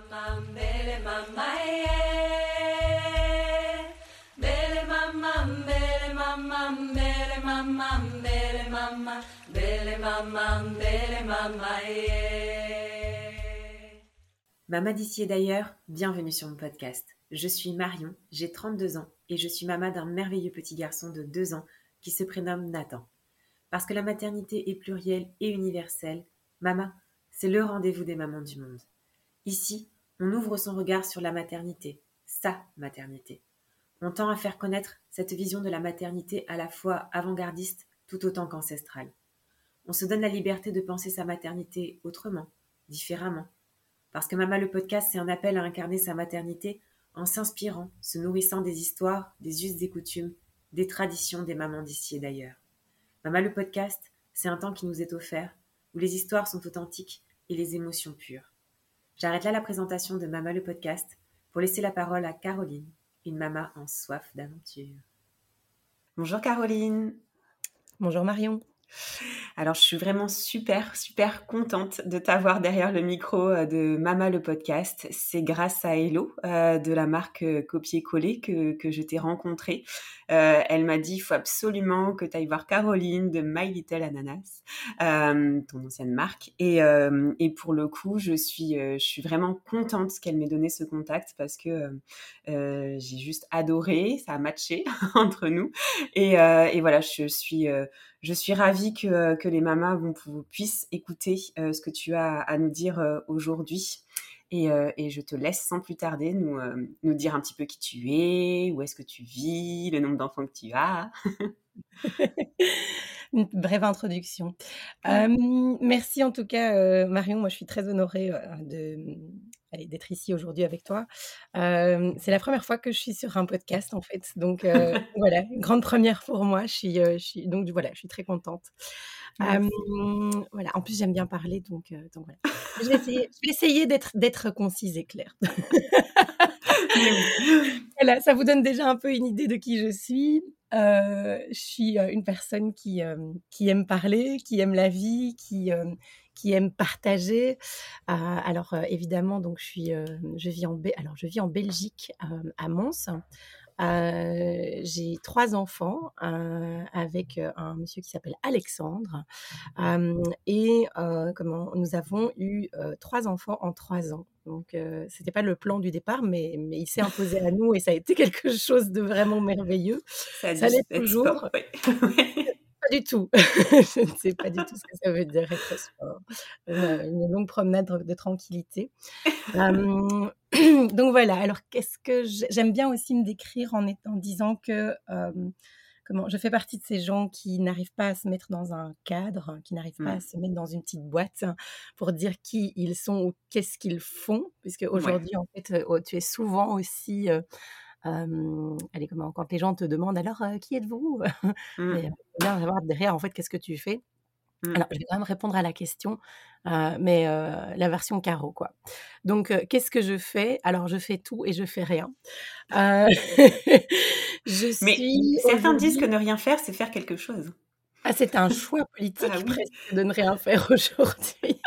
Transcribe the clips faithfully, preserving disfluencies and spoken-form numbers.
mama, mbele mama, yeah. Mbele mama, mbele mama, mbele mama, mbele mama, mbele mama, mbele mama, yeah. Maman d'ici et d'ailleurs, bienvenue sur mon podcast. Je suis Marion, j'ai trente-deux ans et je suis maman d'un merveilleux petit garçon de deux ans qui se prénomme Nathan. Parce que la maternité est plurielle et universelle, Mama, c'est le rendez-vous des mamans du monde. Ici, on ouvre son regard sur la maternité, sa maternité. On tend à faire connaître cette vision de la maternité à la fois avant-gardiste tout autant qu'ancestrale. On se donne la liberté de penser sa maternité autrement, différemment. Parce que Mama le podcast, c'est un appel à incarner sa maternité en s'inspirant, se nourrissant des histoires, des us et coutumes, des traditions des mamans d'ici et d'ailleurs. Mama le podcast, c'est un temps qui nous est offert, où les histoires sont authentiques et les émotions pures. J'arrête là la présentation de Mama le podcast pour laisser la parole à Caroline, une maman en soif d'aventure. Bonjour Caroline. Bonjour Marion. Alors, je suis vraiment super, super contente de t'avoir derrière le micro de Mama le podcast. C'est grâce à Hello euh, de la marque Copier-Coller que, que je t'ai rencontrée. Euh, elle m'a dit, il faut absolument que tu ailles voir Caroline de My Little Ananas, euh, ton ancienne marque. Et, euh, et pour le coup, je suis, euh, je suis vraiment contente qu'elle m'ait donné ce contact parce que euh, j'ai juste adoré, ça a matché entre nous. Et, euh, et voilà, je suis... Euh, Je suis ravie que, que les mamas vont, puissent écouter euh, ce que tu as à nous dire euh, aujourd'hui. Et, euh, et je te laisse sans plus tarder nous, euh, nous dire un petit peu qui tu es, où est-ce que tu vis, le nombre d'enfants que tu as. Une brève introduction. Euh, merci en tout cas, euh, Marion. Moi, je suis très honorée euh, de, allez, d'être ici aujourd'hui avec toi. Euh, c'est la première fois que je suis sur un podcast, en fait. Donc, euh, voilà, une grande première pour moi. Je suis, euh, je suis, donc, voilà, je suis très contente. Euh, voilà. En plus, j'aime bien parler, donc, euh, donc voilà. Je vais essayer, je vais essayer d'être, d'être concise et claire. Voilà, ça vous donne déjà un peu une idée de qui je suis. Euh, je suis euh, une personne qui, euh, qui aime parler, qui aime la vie, qui, euh, qui aime partager. Euh, alors euh, évidemment, donc je suis, euh, je vis en, Bé- alors je vis en Belgique, euh, à Mons. Euh, j'ai trois enfants euh, avec euh, un monsieur qui s'appelle Alexandre. Euh, et euh, comment nous avons eu euh, trois enfants en trois ans. Donc, euh, c'était pas le plan du départ, mais, mais il s'est imposé à nous et ça a été quelque chose de vraiment merveilleux. Ça, Ça l'est être toujours. sport, oui. Pas du tout. Je ne sais pas du tout ce que ça veut dire être sport. Une, une longue promenade de tranquillité. euh, donc voilà. Alors, qu'est-ce que j'ai- j'aime bien aussi me décrire en, étant- en disant que euh, comment je fais partie de ces gens qui n'arrivent pas à se mettre dans un cadre, qui n'arrivent pas à Mm. se mettre dans une petite boîte pour dire qui ils sont ou qu'est-ce qu'ils font, puisque aujourd'hui, en fait, euh, tu es souvent aussi, euh, euh, allez, comment, quand les gens te demandent alors euh, qui êtes-vous, Mm. mais euh, bien savoir derrière en fait qu'est-ce que tu fais. Mm. Alors, je vais quand même répondre à la question, euh, mais euh, la version carreau, quoi. Donc, euh, qu'est-ce que je fais? Alors, je fais tout et je fais rien. Euh, je Mais suis certains disent que aujourd'hui... ne rien faire, c'est faire quelque chose. Ah, c'est un choix politique Ah oui. presque de ne rien faire aujourd'hui.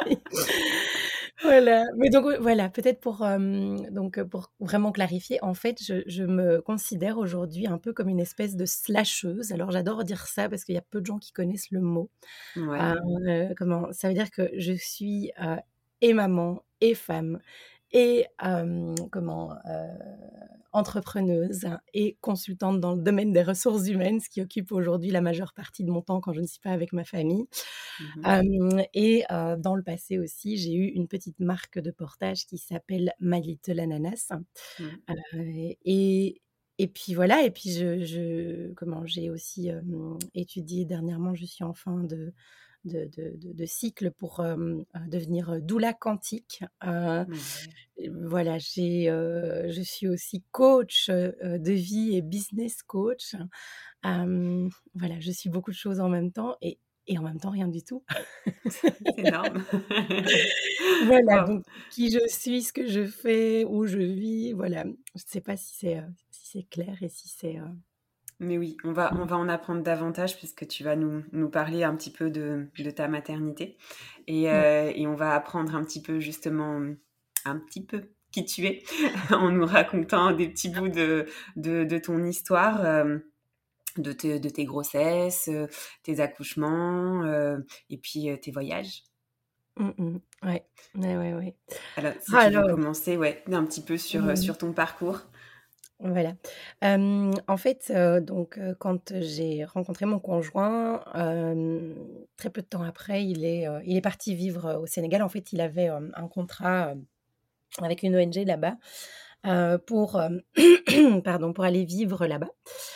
Voilà, mais donc oui, voilà, peut-être pour, hem, donc heu, pour vraiment clarifier, en fait, je je me considère aujourd'hui un peu comme une espèce de slasheuse. Alors j'adore dire ça parce qu'il y a peu de gens qui connaissent le mot. Ouais. Heu, comment ça veut dire que je suis, heu, et maman et femme et hem, comment, heu, entrepreneuse et consultante dans le domaine des ressources humaines, ce qui occupe aujourd'hui la majeure partie de mon temps quand je ne suis pas avec ma famille. Mhm. Hem et heu, dans le passé aussi, j'ai eu une petite marque de portage qui s'appelle My Little Ananas. Mm. Heu et et puis voilà et puis je je comment j'ai aussi, hem, étudié dernièrement, je suis en fin de de de de de cycle pour, hem, heu, devenir doula quantique. Heu, Ouais. voilà, j'ai, heu, je suis aussi coach, heu, de vie et business coach. Hem, voilà, je suis beaucoup de choses en même temps et et en même temps rien du tout. C'est énorme. Voilà, Wow. donc qui je suis, ce que je fais, où je vis, voilà. Je ne sais pas si c'est, heu, si c'est clair et si c'est, heu Mais oui, on va, on va en apprendre davantage puisque tu vas nous, nous parler un petit peu de, de ta maternité. Et, ouais. euh, et on va apprendre un petit peu justement, un petit peu qui tu es en nous racontant des petits bouts de, de, de ton histoire, euh, de, te, de tes grossesses, euh, tes accouchements euh, et puis euh, tes voyages. Mmh mh. Ouais. Ouais, ouais, ouais. Alors, si tu veux Alors, commencer, ouais, un petit peu sur, euh, mmh, sur ton parcours. voilà. Hem, en fait, heu, donc heu, quand j'ai rencontré mon conjoint, hem, très peu de temps après, il est, heu, il est parti vivre, heu, au Sénégal. En fait, il avait, hem, un contrat, hem, avec une O N G là-bas, heu, pour, hem, pardon, pour aller vivre là-bas,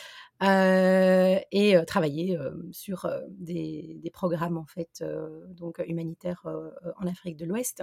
heu et heu, travailler, hem, sur, heu, des des programmes, en fait, heu, donc humanitaires, heu heu, en Afrique de l'Ouest.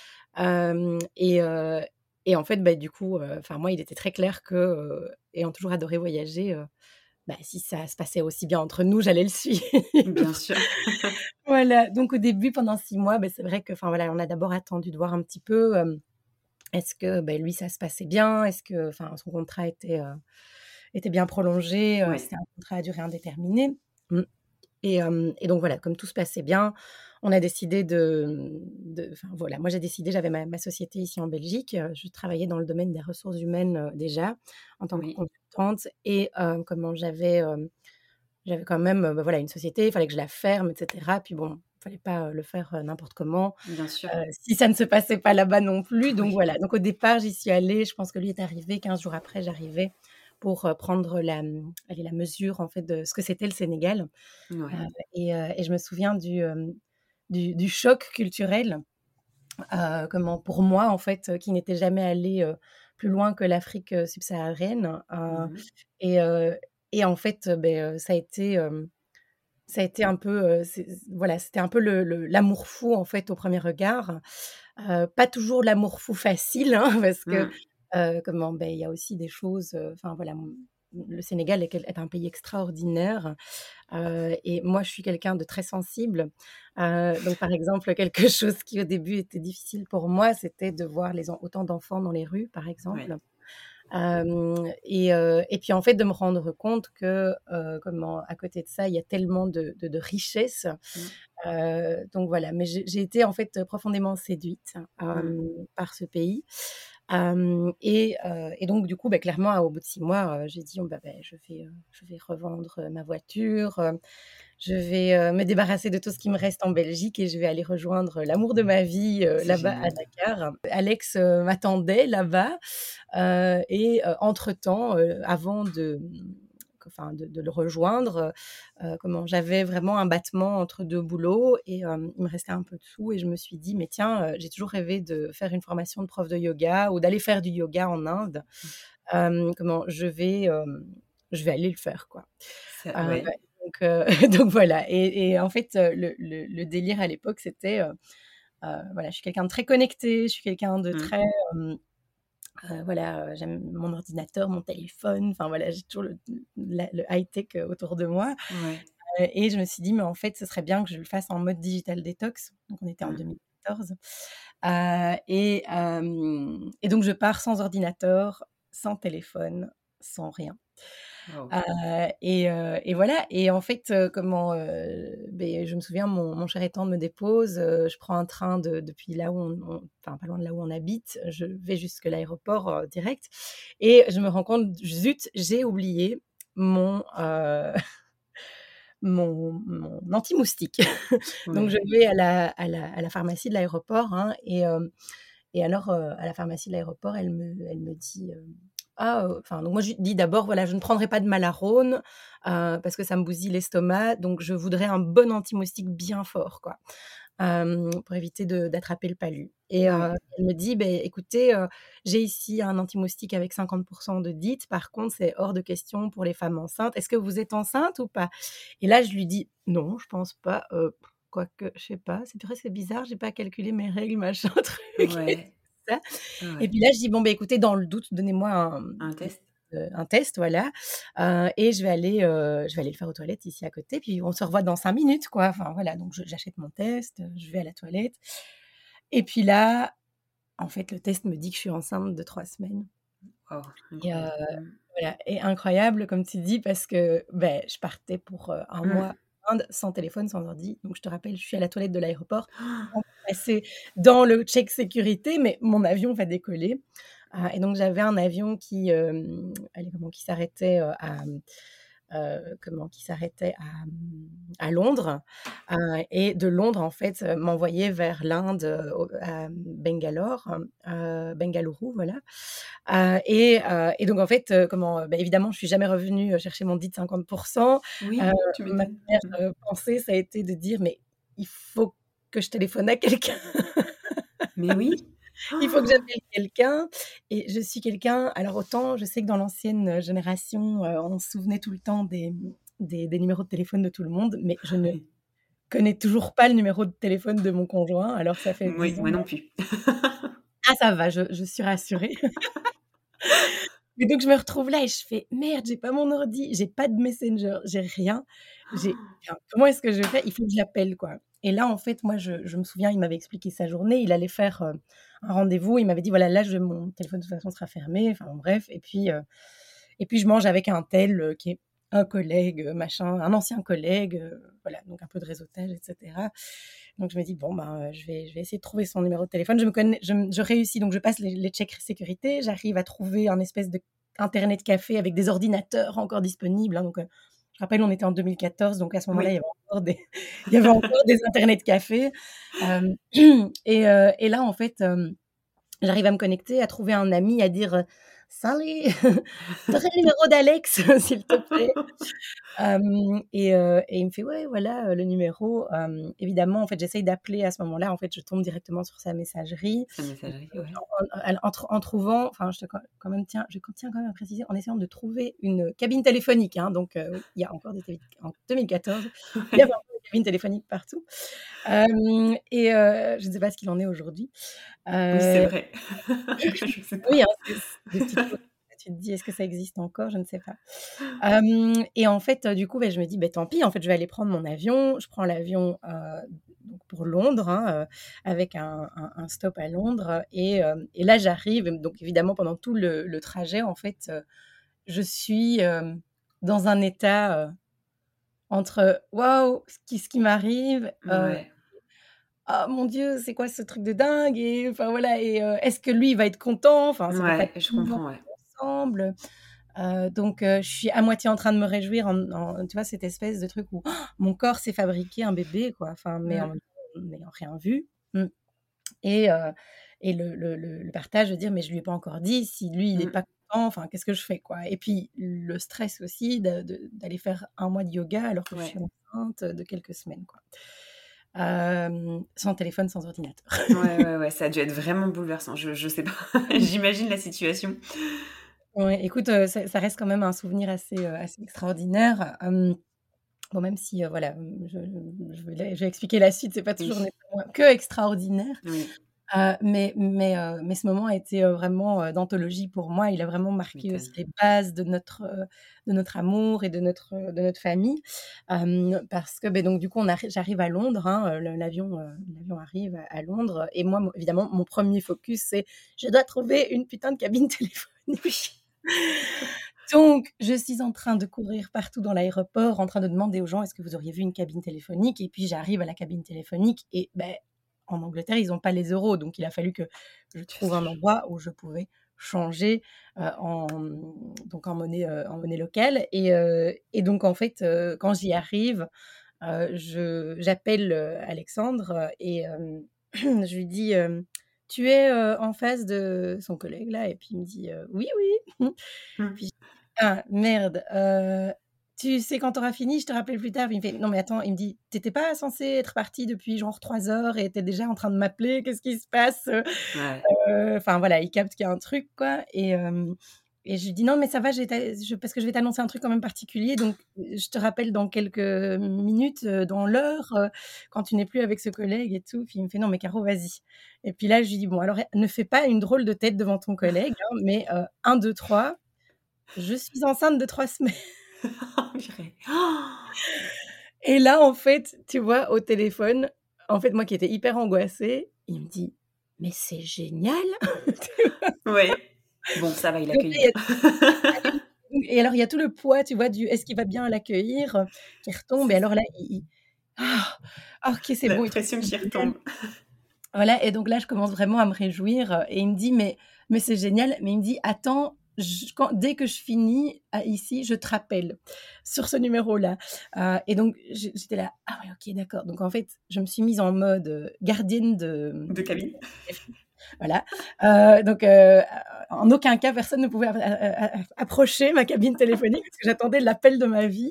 Hem et heu et en fait, bah, du coup, heu, enfin moi, il était très clair que, heu, ayant toujours adoré voyager, heu, bah, si ça se passait aussi bien entre nous, j'allais le suivre. Bien sûr. Voilà, donc au début, pendant six mois, bah, c'est vrai que, enfin voilà, on a d'abord attendu de voir un petit peu, hem, est-ce que, beh, lui, ça se passait bien? Est-ce que, enfin, son contrat était, heu, était bien prolongé? Heu, Ouais. c'était un contrat à durée indéterminée. Mmh. Et hem et donc voilà, comme tout se passait bien, on a décidé de, mmh, de enfin voilà, moi j'ai décidé, j'avais ma ma société ici en Belgique, heu, je travaillais dans le domaine des ressources humaines, heu, déjà en tant que Oui, consultante et heu, comment j'avais, hem, j'avais quand même, heu, bah, voilà, une société, il fallait que je la ferme et cetera. Puis bon, il fallait pas, heu, le faire, heu, n'importe comment, bien sûr. heu, si ça ne se passait pas là-bas non plus. Donc Oui. voilà, donc au départ, j'y suis allée, je pense que lui est arrivé quinze jours après, j'arrivais pour, heu, prendre la, mmh, allez, la mesure en fait de ce que c'était le Sénégal. Heu Ouais. et heu et je me souviens du, hem, du du choc culturel, heu, comment pour moi, en fait, heu, qui n'étais jamais allée, heu, plus loin que l'Afrique, heu, subsaharienne, heu Mmh. et heu et en fait, heu, beh, heu, ça a été, hem, ça a été un peu, heu, c'est voilà, c'était un peu le le l'amour fou, en fait, au premier regard. Heu, pas toujours l'amour fou facile, hein, parce que, Mmh. heu, comment, beh, il y a aussi des choses, heu, enfin voilà, mmh, le Sénégal est quel est un pays extraordinaire. Heu et moi, je suis quelqu'un de très sensible. Heu, donc par exemple, quelque chose qui au début était difficile pour moi, c'était de voir les en autant d'enfants dans les rues, par Ouais. exemple. Hem et heu et puis en fait, de me rendre compte que, heu, comment à côté de ça, il y a tellement de de de richesses. Mmh. Heu, donc voilà, mais j'ai j'ai été en fait profondément séduite, Mmh. hem, par ce pays. Hem et heu et donc du coup, bah, clairement, au bout de six mois, heu, j'ai dit: «Bon, bah, beh, je vais, heu, je vais revendre, heu, ma voiture, heu, je vais, heu, me débarrasser de tout ce qui me reste en Belgique et je vais aller rejoindre l'amour de ma vie, heu, C'est là-bas à génial. Dakar». Alex, heu, m'attendait là-bas, heu et heu, entre-temps, heu, avant de, mmh, enfin de de le rejoindre, heu comment j'avais vraiment un battement entre deux boulots et hem, il me restait un peu de sous et je me suis dit: «Mais tiens, heu, j'ai toujours rêvé de faire une formation de prof de yoga ou d'aller faire du yoga en Inde. Hem, comment je vais, hem, je vais aller le faire, quoi». Ça Heu, ouais. donc heu, donc voilà et et en fait, heu, le le le délire à l'époque, c'était, heu heu, voilà, je suis quelqu'un de très connecté, je suis quelqu'un de Mmh. très, hem, heu, voilà, heu, j'aime mon ordinateur, mon téléphone, enfin voilà, j'ai toujours le la le high-tech, heu, autour de moi. Ouais. Heu et je me suis dit: «Mais en fait, ce serait bien que je le fasse en mode digital détox». Donc on était en Mmh. deux mille quatorze. Heu et hem et donc je pars sans ordinateur, sans téléphone, sans rien. Waouh. Heu et heu et voilà et en fait, heu, comment, heu, beh, je me souviens mon mon cher étant me dépose, heu, je prends un train de depuis là où on on enfin pas loin de là où on habite, je vais jusque l'aéroport, heu, direct et je me rends compte, zut, j'ai oublié mon, heu mon mon anti-moustique. Donc je Ouais. vais à la à la à la pharmacie de l'aéroport, hein et hem et alors, heu, à la pharmacie de l'aéroport, elle me elle me dit, hem: «Ah, heu» enfin donc moi je lui dis d'abord: «Voilà, je ne prendrai pas de Malarone, heu, parce que ça me bousille l'estomac, donc je voudrais un bon anti-moustique bien fort, quoi, hem, pour éviter de d'attraper le palu» et heu, Ouais. elle me dit: «Beh, écoutez, heu, j'ai ici un anti-moustique avec cinquante de D I T. Par contre, c'est hors de question pour les femmes enceintes. Est-ce que vous êtes enceinte ou pas?» Et là, je lui dis: «Non, je pense pas, heu, quoique, je sais pas, c'est vrai, c'est bizarre, j'ai pas calculé mes règles, machin truc et Ouais. tout ça» et Ouais. puis là, je dis: «Bon, beh, écoutez, dans le doute, donnez-moi un, Un mmh, test? heu, un test, voilà, heu et je vais aller, heu, je vais aller le faire aux toilettes ici à côté, puis on se revoit dans cinq minutes, quoi». Enfin voilà, donc je j'achète mon test, heu, je vais à la toilette et puis là, en fait, le test me dit que je suis enceinte de trois semaines Waouh, et heu, incroyable. Mmh. voilà et incroyable comme tu dis parce que, beh, je partais pour, heu, un mois Mmh. en Inde sans téléphone, sans ordi. Donc je te rappelle, je suis à la toilette de l'aéroport passer dans le check sécurité, mais mon avion va décoller. Euh, et donc, j'avais un avion qui, euh, allez, comment, qui s'arrêtait euh, à... euh, comment, qui s'arrêtait à, à Londres. Euh, et de Londres, en fait, euh, m'envoyait vers l'Inde, euh, au- à Bangalore, euh, Bengaluru, voilà. Euh, et, euh, et donc, en fait, euh, comment, euh, bah, évidemment, je suis jamais revenue euh, chercher mon dit de cinquante pour cent. Euh, Oui, tu ma m'étonnes. première Mmh. euh, pensée, ça a été de dire, mais il faut que je téléphone à quelqu'un. Mais oui. Il faut que Oh, j'appelle quelqu'un. Et je suis quelqu'un, alors autant je sais que dans l'ancienne génération, euh, on se souvenait tout le temps des, des, des numéros de téléphone de tout le monde, mais je ne oui. connais toujours pas le numéro de téléphone de mon conjoint, alors ça fait Oui, dix ans. moi non plus. Ah, ça va, je, je suis rassurée. Et donc je me retrouve là et je fais merde, j'ai pas mon ordi, j'ai pas de Messenger, j'ai rien. J'ai, enfin, comment est-ce que je fais? Il faut que je l'appelle, quoi. Et là, en fait, moi, je, je me souviens, il m'avait expliqué sa journée, il allait faire euh, un rendez-vous, il m'avait dit voilà, là, je, mon téléphone de toute façon sera fermé, enfin bon, bref. Et puis, euh, et puis je mange avec un tel euh, qui est un collègue, euh, machin, un ancien collègue, euh, voilà, donc un peu de réseautage, et cetera. Donc je me dis bon ben euh, je vais je vais essayer de trouver son numéro de téléphone. Je me connais, je, je réussis, donc je passe les, les checks sécurité, j'arrive à trouver un espèce de internet café avec des ordinateurs encore disponibles. Hein, donc euh, je rappelle, on était en deux mille quatorze, donc à ce moment-là il y Oui. avait encore des il y avait encore des internet cafés. Euh, et, euh, et là en fait euh, j'arrive à me connecter, à trouver un ami, à dire salut, t'aurais le numéro d'Alex s'il te plaît. Hem et heu et il me fait: «Ouais, voilà, heu, le numéro». Hem, évidemment, en fait, j'essaye d'appeler à ce moment-là. En fait, je tombe directement sur sa messagerie. Sa messagerie, ouais. En en en tr en trouvant, enfin, je te quand quand même tiens je tiens quand même à préciser, en essayant de trouver une cabine téléphonique, hein. Donc heu, oui, il y a encore des téléphoniques en deux mille quatorze, il y avait Ouais. encore des cabines téléphoniques partout. Hem et heu, je ne sais pas ce qu'il en est aujourd'hui. Oui, c'est Heu, vrai. Je sais oui, pas. hein, c'est c'est des petites choses, tu te dis: «Est-ce que ça existe encore?» Je ne sais pas. Hem et en fait, heu, du coup, beh, je me dis: «Beh, tant pis, en fait, je vais aller prendre mon avion». Je prends l'avion, heu, donc pour Londres, hein, heu, avec un un un stop à Londres et hem et là, j'arrive et donc évidemment, pendant tout le le trajet, en fait, heu, je suis, hem, dans un état, heu, entre: «Waouh, ce qui ce qui m'arrive», heu, Ouais. «Ah mon Dieu, c'est quoi ce truc de dingue?» et enfin voilà et heu, «Est-ce que lui, il va être content?» Enfin, ça fait pas Ouais, je dix ans comprends, ouais. ensemble. Heu, donc heu, je suis à moitié en train de me réjouir en en tu vois, cette espèce de truc où oh, mon corps s'est fabriqué un bébé, quoi, enfin, mais en Mmh. même temps, n'ayant rien vu. Mmh et heu et le le le le partage de dire: «Mais je lui ai pas encore dit, si lui, il est Mmh. pas content, enfin, qu'est-ce que je fais, quoi?» et puis le stress aussi de de d'aller faire un mois de yoga alors que je suis Ouais. enceinte de quelques semaines, quoi. Hem, sans téléphone, sans ordinateur. Ouais, ouais, ouais, ça a dû être vraiment bouleversant. Je je sais pas. J'imagine la situation. Ouais, écoute, heu, ça ça reste quand même un souvenir assez, heu, assez extraordinaire. Hem Bon, même si, heu, voilà, mmh, je je vais je vais expliquer la suite, c'est pas toujours Oui. nécessairement que extraordinaire, Oui, heu, mais mais heu, mais ce moment a été, heu, vraiment, heu, d'anthologie pour moi. Il a vraiment tu marqué aussi m'étonnes. les bases de notre, heu, de notre amour et de notre, heu, de notre famille. Hem, parce que, beh, donc du coup, on arri j'arrive à Londres, hein, heu, le l'avion, heu, l'avion arrive à à Londres et moi, mon évidemment, mon premier focus, c'est: «Je dois trouver une putain de cabine téléphonique». Oui. Donc, je suis en train de courir partout dans l'aéroport, en train de demander aux gens: «Est-ce que vous auriez vu une cabine téléphonique?» et puis j'arrive à la cabine téléphonique et beh, en Angleterre, ils ont pas les euros, donc il a fallu que je Tu trouve un changes. endroit où je pouvais changer, heu, en donc en monnaie, heu, en monnaie locale et heu et donc en fait, heu, quand j'y arrive, heu, je j'appelle, heu, Alexandre, heu et hem, je lui dis, hem: «Tu es, heu, en face de son collègue là?» et puis il me dit, heu: «Oui, oui». Mmh. Puis ah merde, heu, tu sais quand tu auras fini, je te rappelle plus tard. Puis il me fait: «Non mais attends», il me dit: «Tu étais pas censé être parti depuis genre trois heures et tu es déjà en train de m'appeler, qu'est-ce qui se passe?» heu, Ouais. enfin voilà, il capte qu'il y a un truc quoi et hem et je lui dis: «Non mais ça va, je vais t'a je parce que je vais t'annoncer un truc quand même particulier donc je te rappelle dans quelques minutes, heu, dans l'heure, heu, quand tu n'es plus avec ce collègue et tout». Puis il me fait: «Non mais Caro, vas-y» et puis là je lui dis: «Bon alors ne fais pas une drôle de tête devant ton collègue, hein, mais heu, un deux trois, je suis enceinte de trois semaines». Oh purée. Oh! Et là, en fait, tu vois, au téléphone, en fait, moi qui étais hyper angoissée, il me dit: «Mais c'est génial!» Ouais. Bon, ça va, il Donc accueille là, il y bien. a et alors il y a tout le poids, tu vois, du «Est-ce qu'il va bien l'accueillir?» heu, qui retombe C'est et ça. alors là, il il: «Ah! Ah OK, c'est La bon», il trouve pression ça qui génial. retombe. Voilà, et donc là, je commence vraiment à me réjouir, heu, et il me dit: «Mais mais c'est génial», mais il me dit: «Attends, j quand dès que je finis à ici, je te rappelle sur ce numéro-là». Heu et donc j j'étais là: «Ah ouais, OK, d'accord». Donc en fait, je me suis mise en mode, heu, gardienne de, mmh, De cabine. voilà, heu, donc heu, en aucun cas, personne ne pouvait a a a approcher ma cabine téléphonique parce que j'attendais l'appel de ma vie.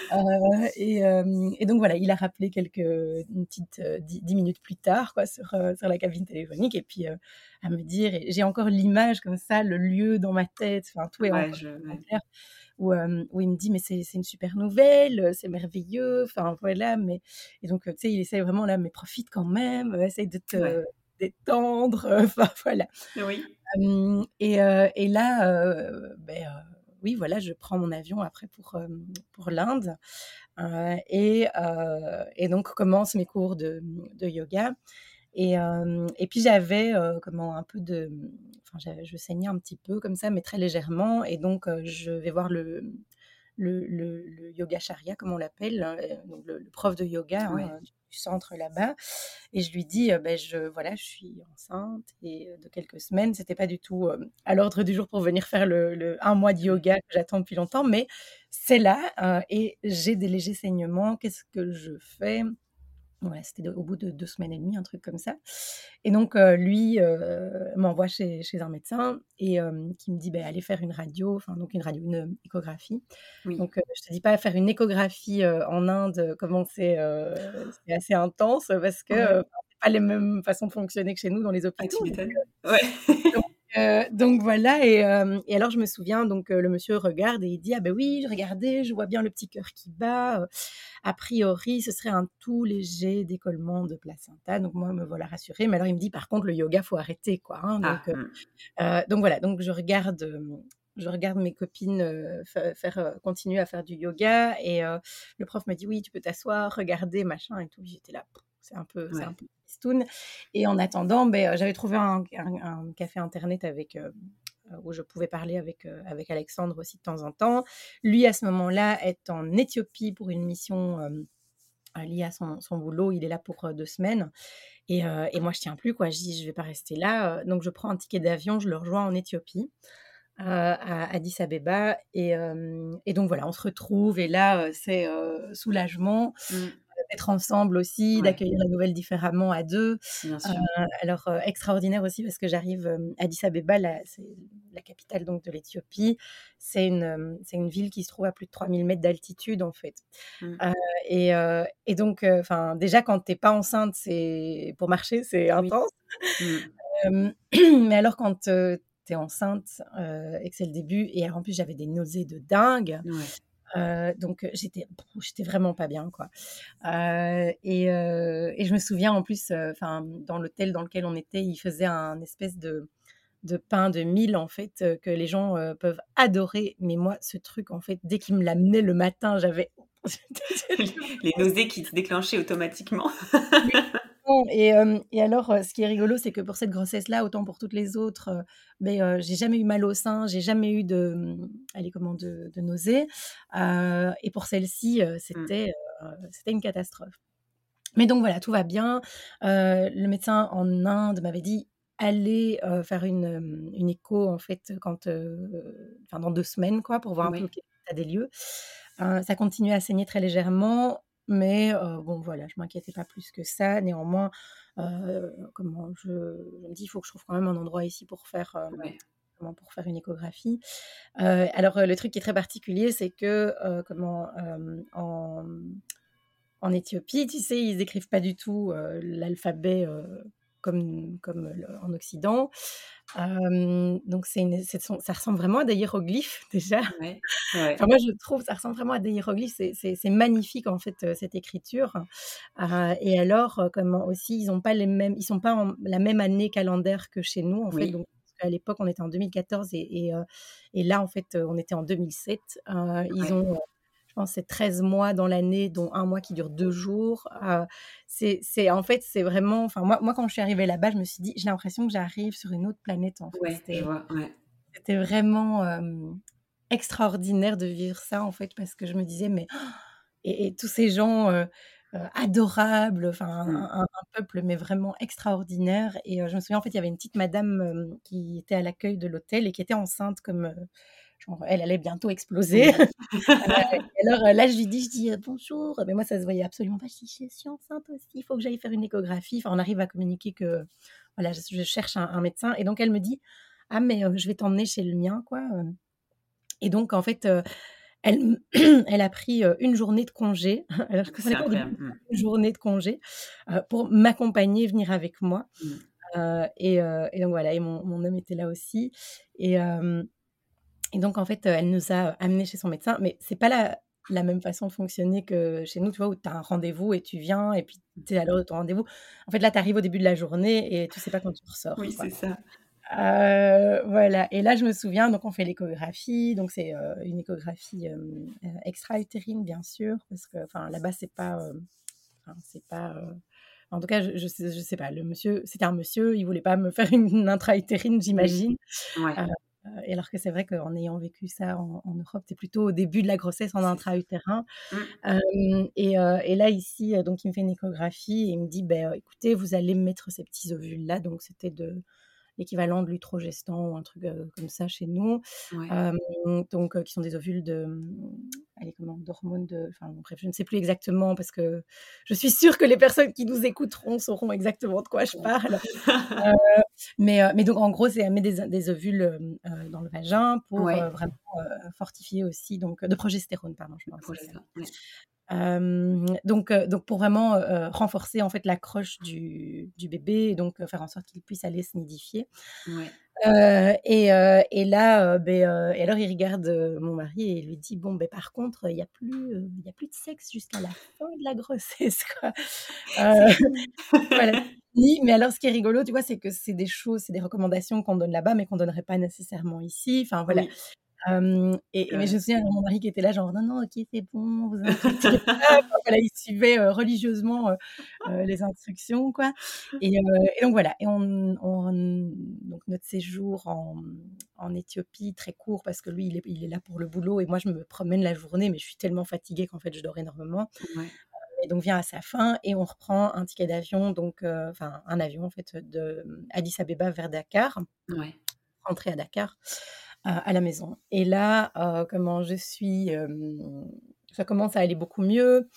Heu et hem et donc voilà, il a rappelé quelques une petite, heu, dix 10 minutes plus tard quoi sur, heu, sur la cabine téléphonique et puis, heu, à me dire et j'ai encore l'image comme ça, le lieu dans ma tête, enfin tout est Ouais, encore je ouais. clair où, hem, où il me dit: «Mais c'est c'est une super nouvelle, heu, c'est merveilleux», enfin voilà, mais et donc, heu, tu sais, il essaie vraiment là: «Mais profite quand même, heu, essaye de te Ouais. détendre», heu, enfin voilà. Oui. Hem et heu et là, heu, beh, heu, oui voilà, je prends mon avion après pour, hem, pour l'Inde, heu et heu et donc commencent mes cours de, mmh, de yoga et hem et puis j'avais, heu, comment un peu de, mmh, enfin j'avais je saignais un petit peu comme ça, mais très légèrement et donc heu, je vais voir le, mmh, le le le yogacharya comme on l'appelle, heu, donc le le prof de yoga, Ouais. hein, du du centre là-bas et je lui dis, heu: «Beh, je voilà, je suis enceinte et heu, de quelques semaines». C'était pas du tout, hem, à l'ordre du jour pour venir faire le le un mois de Ouais. yoga que j'attends depuis longtemps, mais c'est là, heu et j'ai des légers saignements. Qu'est-ce que je fais? Ouais, c'était de au bout de deux semaines et demie, un truc comme ça et donc heu, lui, heu, m'envoie chez chez un médecin et hem, qui me dit: «Beh, allez faire une radio», enfin donc une radio, une, heu, échographie. Oui. Donc heu, je te dis pas faire une échographie, heu, en Inde, heu, comment c'est, heu, c'est assez intense parce que, heu, Ouais. enfin, c'est pas les mêmes façons de fonctionner que chez nous dans les Ah, tu hôpitaux donc m'étonnes. Ouais. donc heu, donc voilà et hem et alors je me souviens donc heu, le monsieur regarde et il dit: «Ah beh oui, regardez, je vois bien le petit cœur qui bat, heu, a priori, ce serait un tout léger décollement de placenta». Donc moi, me voilà rassurée, mais alors il me dit: «Par contre, le yoga, faut arrêter quoi, hein». Ah, Donc heu mmh. heu, donc voilà, donc je regarde, hem, je regarde mes copines, heu, fai faire, heu, continuer à faire du yoga et heu, le prof me dit: «Oui, tu peux t'asseoir, regarder, machin et tout». J'étais là, c'est un peu c'est un Ouais. peu tristoun et en attendant, beh, heu, j'avais trouvé un un un café internet avec, heu, où je pouvais parler avec, heu, avec Alexandre aussi de temps en temps. Lui, à ce moment-là, est en Éthiopie pour une mission, hem, heu, liée à son son boulot. Il est là pour, heu, deux semaines et heu et moi je tiens plus quoi. Je dis: «Je vais pas rester là», heu, donc je prends un ticket d'avion, je le rejoins en Éthiopie, heu, à Addis Abeba et hem et donc voilà, on se retrouve et là, heu, c'est, heu, soulagement, Mmh. d'être ensemble aussi, Ouais. d'accueillir la nouvelle différemment à deux. Bien Heu, sûr. alors, heu, extraordinaire aussi parce que j'arrive, hem, Addis Abeba, la c'est la capitale donc de l'Éthiopie. C'est une, hem, c'est une ville qui se trouve à plus de trois mille mètres d'altitude en fait. Mmh. Heu et heu et donc heu, enfin déjà quand tu es pas enceinte, c'est pour marcher, c'est Oui. intense. Mmh. Hem, mais alors quand, heu, tu es enceinte, heu et que c'est le début et en plus j'avais des nausées de dingue, Ouais. heu, donc heu, j'étais j'étais vraiment pas bien quoi. Heu et heu et je me souviens en plus, heu, enfin dans l'hôtel dans lequel on était, ils faisaient un espèce de de pain de mil en fait, heu, que les gens, heu, peuvent adorer. Mais moi ce truc en fait, dès qu'ils me l'amenaient le matin, j'avais j'étais Les les nausées qui se déclenchaient automatiquement. Bon et hem et alors, heu, ce qui est rigolo, c'est que pour cette grossesse-là, autant pour toutes les autres, heu, beh, heu, j'ai jamais eu mal au sein, j'ai jamais eu de, mmh, allez comment? De de nausées, heu et pour celle-ci, heu, Mmh. c'était, heu, c'était une catastrophe. Mais donc voilà, tout va bien. Heu, le médecin en Inde m'avait dit: «Allez, heu, faire une, hem, une écho en fait quand, heu, enfin dans deux semaines quoi, pour voir un peu Ouais. quel est l'état des lieux». Heu, ça continuait à saigner très légèrement, mais heu, bon voilà, je m'inquiétais pas plus que ça. Néanmoins, heu, comment? Je je me dis: «Il faut que je trouve quand même un endroit ici pour faire, hem, Ouais. comment? Pour faire une échographie». Heu, alors, heu, le truc qui est très particulier, c'est que, heu, comment? Hem, en, mmh, en Éthiopie, tu sais, ils écrivent pas du tout, heu, l'alphabet, heu, comme comme le en Occident. Hem, donc c'est une ce sont ça ressemble vraiment à des hiéroglyphes déjà. Ouais. Ouais. Enfin moi je trouve, ça ressemble vraiment à des hiéroglyphes, c'est c'est c'est magnifique en fait, heu, cette écriture. Heu et alors, heu, comment aussi, ils ont pas les mêmes ils sont pas en la même année calendaire que chez nous en fait, Oui. donc parce qu'à l'époque on était en deux mille quatorze et et heu et là en fait, heu, on était en deux mille sept. Heu, ils Ouais. ont, heu, je pense c'est treize mois dans l'année, dont un mois qui dure deux jours. Heu, c'est c'est en fait, c'est vraiment enfin moi moi quand je suis arrivée là-bas, je me suis dit: «J'ai l'impression que j'arrive sur une autre planète en fait». Ouais, je C'était vois, ouais. c'était vraiment, hem, extraordinaire de vivre ça en fait, parce que je me disais: «Mais» et et tous ces gens, heu euh, adorables, enfin un, Mmh. un- un peuple mais vraiment extraordinaire. Et euh, je me souviens en fait il y avait une petite madame euh, qui était à l'accueil de l'hôtel et qui était enceinte comme euh, genre elle allait bientôt exploser. Oui. Et alors euh, là je lui dis, je dis euh, bonjour, mais moi ça se voyait absolument pas. Je dis je suis enceinte aussi, il faut que j'aille faire une échographie. Enfin on arrive à communiquer que voilà je, je cherche un, un médecin et donc elle me dit ah mais euh, je vais t'emmener chez le mien quoi. Et donc en fait euh, elle, elle a pris euh, une journée de congé, alors je ne C'est comprenais pas au début, incroyable. Mmh. une journée de congé euh, pour m'accompagner, venir avec moi. Mmh. Euh, et, euh, et donc voilà, et mon, mon homme était là aussi. Et, euh, et donc en fait, euh, elle nous a amenés chez son médecin, mais c'est pas la, la même façon de fonctionner que chez nous, tu vois, où tu as un rendez-vous et tu viens et puis tu es à l'heure de ton rendez-vous. En fait, là, tu arrives au début de la journée et tu sais pas quand tu ressors, Oui, quoi. c'est ça. Heu, voilà et là, je me souviens, donc on fait l'échographie, donc c'est, heu, une échographie, hem, heu, extra-utérine, bien sûr, parce que enfin, là-bas, c'est pas, hem, enfin, c'est pas, heu, en tout cas, je je sais je sais pas, le monsieur c'était un monsieur, il voulait pas me faire une intra-utérine, Oui. j'imagine. Ouais. Heu, et alors que c'est vrai qu'en ayant vécu ça en en Europe, c'est plutôt au début de la grossesse en C'est ça. intra-utérin. Mmh. Hem et heu et là, ici, heu, donc il me fait une échographie et il me dit: «Beh, heu, écoutez, vous allez me mettre ces petits ovules-là», donc c'était de l'équivalent de l'utrogestan ou un truc euh, comme ça chez nous, Ouais. euh, donc euh, qui sont des ovules de, allez, comment, d'hormones de, enfin bon, bref, je ne sais plus exactement parce que je suis sûre que les personnes qui nous écouteront sauront exactement de quoi je parle. Euh, mais, euh, mais donc en gros, c'est elle met des, des ovules euh, dans le vagin pour Ouais. euh, vraiment euh, fortifier aussi, donc de progestérone, pardon, je pense, Pour c'est ça. ça. Ouais. Euh, donc, euh, donc pour vraiment euh, renforcer en fait l'accroche du, du bébé et donc euh, faire en sorte qu'il puisse aller se nidifier. Ouais. Euh, et, euh, et là, euh, ben, euh, et alors il regarde euh, mon mari et il lui dit bon ben par contre il y a plus euh, il y a plus de sexe jusqu'à la fin de la grossesse quoi. C'est Euh, fini. voilà. Oui, mais alors ce qui est rigolo, tu vois, c'est que c'est des choses, c'est des recommandations qu'on donne là-bas, mais qu'on donnerait pas nécessairement ici. Enfin voilà. Oui, Hem et c'est et mais je vrai. me souviens de mon mari qui était là genre: «Non, non, OK, c'est bon, vous inquiétez pas». Enfin voilà, il suivait, heu, religieusement, heu heu, les instructions quoi et heu et donc voilà et on on donc notre séjour en, mmh, en Éthiopie très court parce que lui il est il est là pour le boulot et moi je me promène la journée mais je suis tellement fatiguée qu'en fait je dors énormément Ouais. et donc vient à sa fin et on reprend un ticket d'avion donc heu, enfin un avion en fait de, mmh, Addis Abeba vers Dakar, Ouais. rentrer à Dakar heu, à la maison et là, heu, comment je suis, hem, ça commence à aller beaucoup mieux.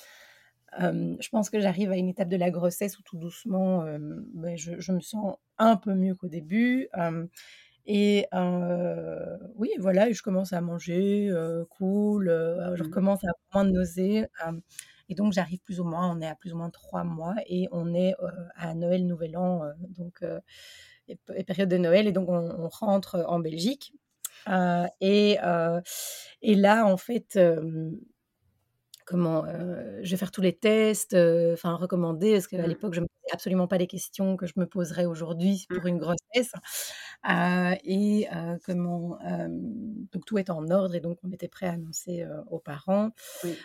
Hem, je pense que j'arrive à une étape de la grossesse où tout doucement, hem, beh, je je me sens un peu mieux qu'au début, hem et heu, oui, voilà et je commence à manger, heu, cool, heu, je Mmh. recommence à avoir moins de nausées, hem et donc j'arrive plus ou moins on est à plus ou moins trois mois et on est, heu, à Noël, Nouvel An, heu, donc heu et et période de Noël et donc on on rentre en Belgique. Heu et heu et là, en fait, hem, comment, heu, je vais faire tous les tests, heu, enfin recommandés, parce qu'à Mmh. l'époque, je me posais absolument pas les questions que je me poserais aujourd'hui Mmh. pour une grossesse. Heu et heu, comment, hem, donc tout est en ordre et donc on était prêts à annoncer, heu, aux parents. Oui.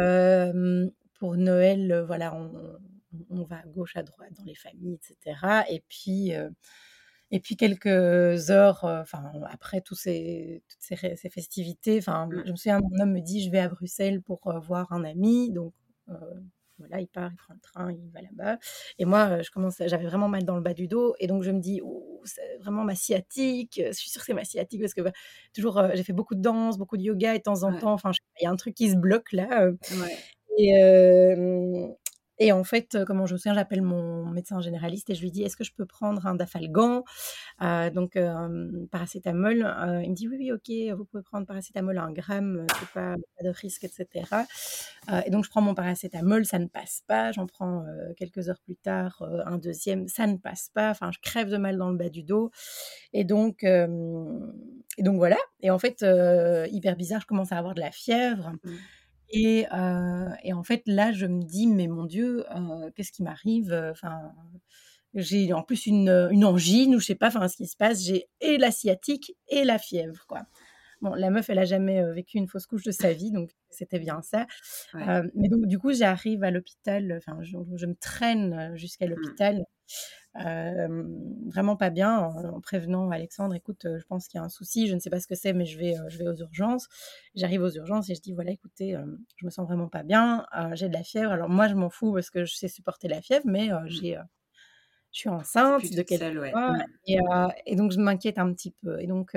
Hem, pour Noël, heu, voilà, on on va à gauche, à droite dans les familles et cetera et puis, heu et puis quelques heures, heu, enfin après tous ces toutes ces ré ces festivités, enfin, Mmh. je me souviens, mon homme me dit: «Je vais à Bruxelles pour, heu, voir un ami», donc heu, voilà, il part, il prend le train, il va là-bas et moi, heu, je commence à j'avais vraiment mal dans le bas du dos et donc je me dis: «Ouh, c'est vraiment ma sciatique, je suis sûre que c'est ma sciatique» parce que, bah, toujours, heu, j'ai fait beaucoup de danse, beaucoup de yoga et de temps en Ouais. temps, enfin, je sais pas, il y a un truc qui se bloque là, heu Ouais. et hem et en fait, heu, comment je me souviens, j'appelle mon médecin généraliste et je lui dis: «Est-ce que je peux prendre un Dafalgan?» Heu, donc hem, paracétamol, heu, il me dit: «Oui, oui, OK, vous pouvez prendre paracétamol un gramme, heu, c'est pas pas de risque» et cetera. Heu et donc je prends mon paracétamol, ça ne passe pas. J'en prends, heu, quelques heures plus tard, heu, un deuxième, ça ne passe pas. Enfin, je crève de mal dans le bas du dos et donc hem et donc voilà et en fait, heu, hyper bizarre, je commence à avoir de la fièvre Mmh. et heu et en fait, là, je me dis: «Mais mon Dieu, heu, qu'est-ce qui m'arrive?» Enfin, j'ai en plus une, heu, une angine ou je sais pas, enfin, ce qui se passe. J'ai et la sciatique et la fièvre, quoi. Bon, la meuf, elle a jamais, heu, vécu une fausse couche de sa vie, donc c'était bien ça. Ouais. Hem, mais donc du coup, j'arrive à l'hôpital, enfin, je je me traîne, heu, jusqu'à Mmh. l'hôpital euh, vraiment pas bien, en, en prévenant Alexandre, écoute, euh, je pense qu'il y a un souci, je ne sais pas ce que c'est, mais je vais, euh, je vais aux urgences. J'arrive aux urgences et je dis, voilà, écoutez, euh, je me sens vraiment pas bien, euh, j'ai de la fièvre. Alors moi, je m'en fous parce que je sais supporter la fièvre, mais euh, Mm. j'ai, euh, je suis T'es plus enceinte de toute quelques seule, ouais. mois Mm. et, euh, et donc je m'inquiète un petit peu. Et donc,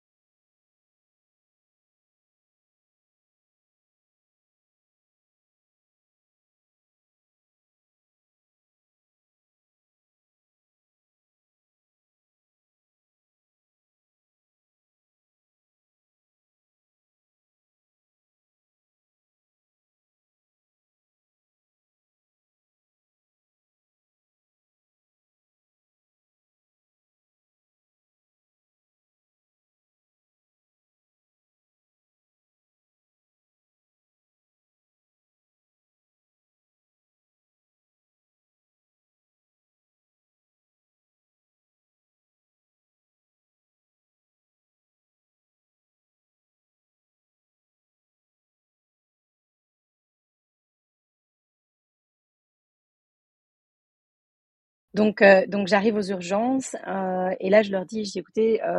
Donc, euh, donc j'arrive aux urgences euh, et là je leur dis, je dis écoutez, euh,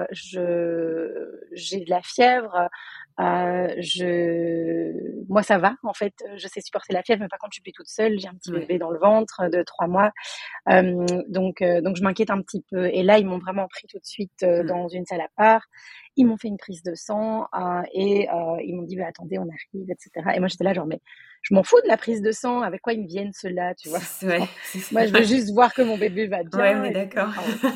je j'ai de la fièvre, euh, je moi ça va en fait, je sais supporter la fièvre, mais par contre je suis plus toute seule, j'ai un petit Ouais. bébé dans le ventre de trois mois, euh, donc euh, donc je m'inquiète un petit peu. Et là ils m'ont vraiment pris tout de suite euh, Mm. dans une salle à part, ils m'ont fait une prise de sang euh, et euh, ils m'ont dit bah, attendez on arrive, et cetera. Et moi j'étais là genre mais je m'en fous de la prise de sang, avec quoi ils me viennent ceux-là, tu vois. C'est, ouais, c'est, Moi, je veux ouais. juste voir que mon bébé va Ouais, on bien, est et cetera. d'accord. Enfin, bon.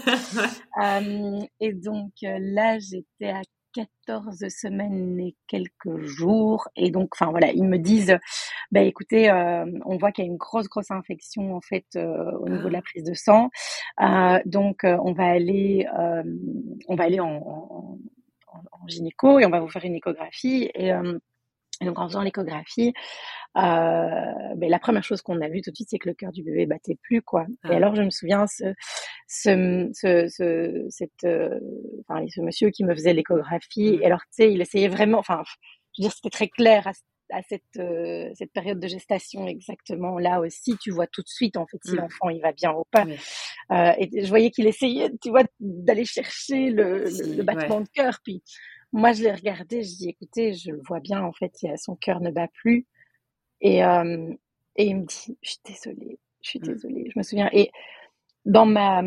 Euh, et donc euh, là, j'étais à quatorze semaines et quelques jours. Et donc, enfin voilà, ils me disent, bah écoutez, euh, on voit qu'il y a une grosse, grosse infection en fait euh, au niveau de la Ah. prise de sang. Euh, donc, euh, on va aller, euh, on va aller en, en, en, en gynéco et on va vous faire une échographie. Et, euh, et donc, en faisant l'échographie, euh, ben, la première chose qu'on a vue tout de suite, c'est que le cœur du bébé battait plus, quoi. Et Ah. alors, je me souviens, ce, ce, ce, ce, cette, euh, enfin, ce monsieur qui me faisait l'échographie, Mm. et alors, tu sais, il essayait vraiment, enfin, je veux dire, c'était très clair à, à cette, euh, cette période de gestation exactement. Là aussi, tu vois tout de suite, en fait, si Mm. l'enfant, il va bien ou pas. Oui. Euh, et je voyais qu'il essayait, tu vois, d'aller chercher le, le, Si, le battement ouais. de cœur. Puis, moi, je l'ai regardé, je dis, écoutez, je le vois bien, en fait, son cœur ne bat plus. Et, euh, et il me dit, je suis désolée, je suis Mm. désolée. Je me souviens. Et dans ma,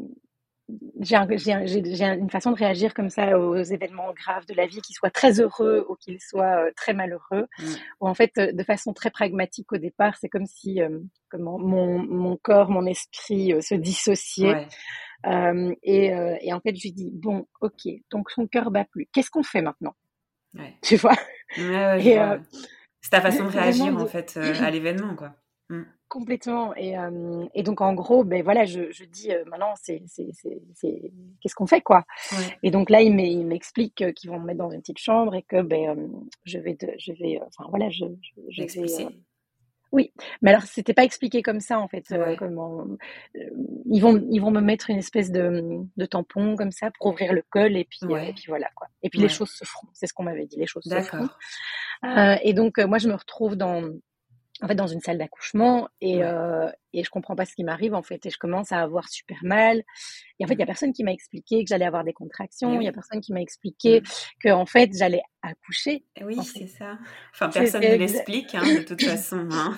j'ai, un, j'ai, un, j'ai, j'ai une façon de réagir comme ça aux événements graves de la vie, qu'ils soient très heureux ou qu'ils soient euh, très malheureux. Mm. Ou en fait, euh, de façon très pragmatique au départ, c'est comme si euh, comment, mon, mon corps, mon esprit euh, se dissociait. Ouais. Euh, et, euh, et en fait, je lui dis, bon, ok, donc son cœur bat plus. Qu'est-ce qu'on fait maintenant? Ouais. Tu vois? Ouais, ouais, je Et vois. euh, Ouais. C'est ta façon de vraiment réagir, en de fait, euh, à l'événement, quoi. Mm. complètement. Et, euh, et donc, en gros, ben voilà, je, je dis euh, maintenant, c'est, c'est, c'est, c'est, qu'est-ce qu'on fait, quoi? Ouais. Et donc là, il m'e- il m'explique euh, qu'ils vont me mettre dans une petite chambre et que ben, euh, je vais, de, je vais, euh, enfin voilà, je, je, je vais. euh, Expulsé. Oui, mais alors c'était pas expliqué comme ça en fait. euh, Ouais. comment euh, ils vont, ils vont me mettre une espèce de, de tampon comme ça pour ouvrir le col et puis, euh, et Ouais. puis voilà quoi. Et puis les Ouais. choses se feront. C'est ce qu'on m'avait dit, les choses se feront. D'accord. Euh, et donc euh, moi je me retrouve dans en fait dans une salle d'accouchement et Ouais. euh, et je comprends pas ce qui m'arrive en fait et je commence à avoir super mal et en fait il y a Mm. personne qui m'a expliqué que j'allais avoir des Eh contractions, il y a oui. personne qui m'a expliqué Mm. que en fait j'allais accoucher Eh oui, en c'est fait. ça. Enfin, personne ne C'était exa- l'explique, hein, de toute façon, hein.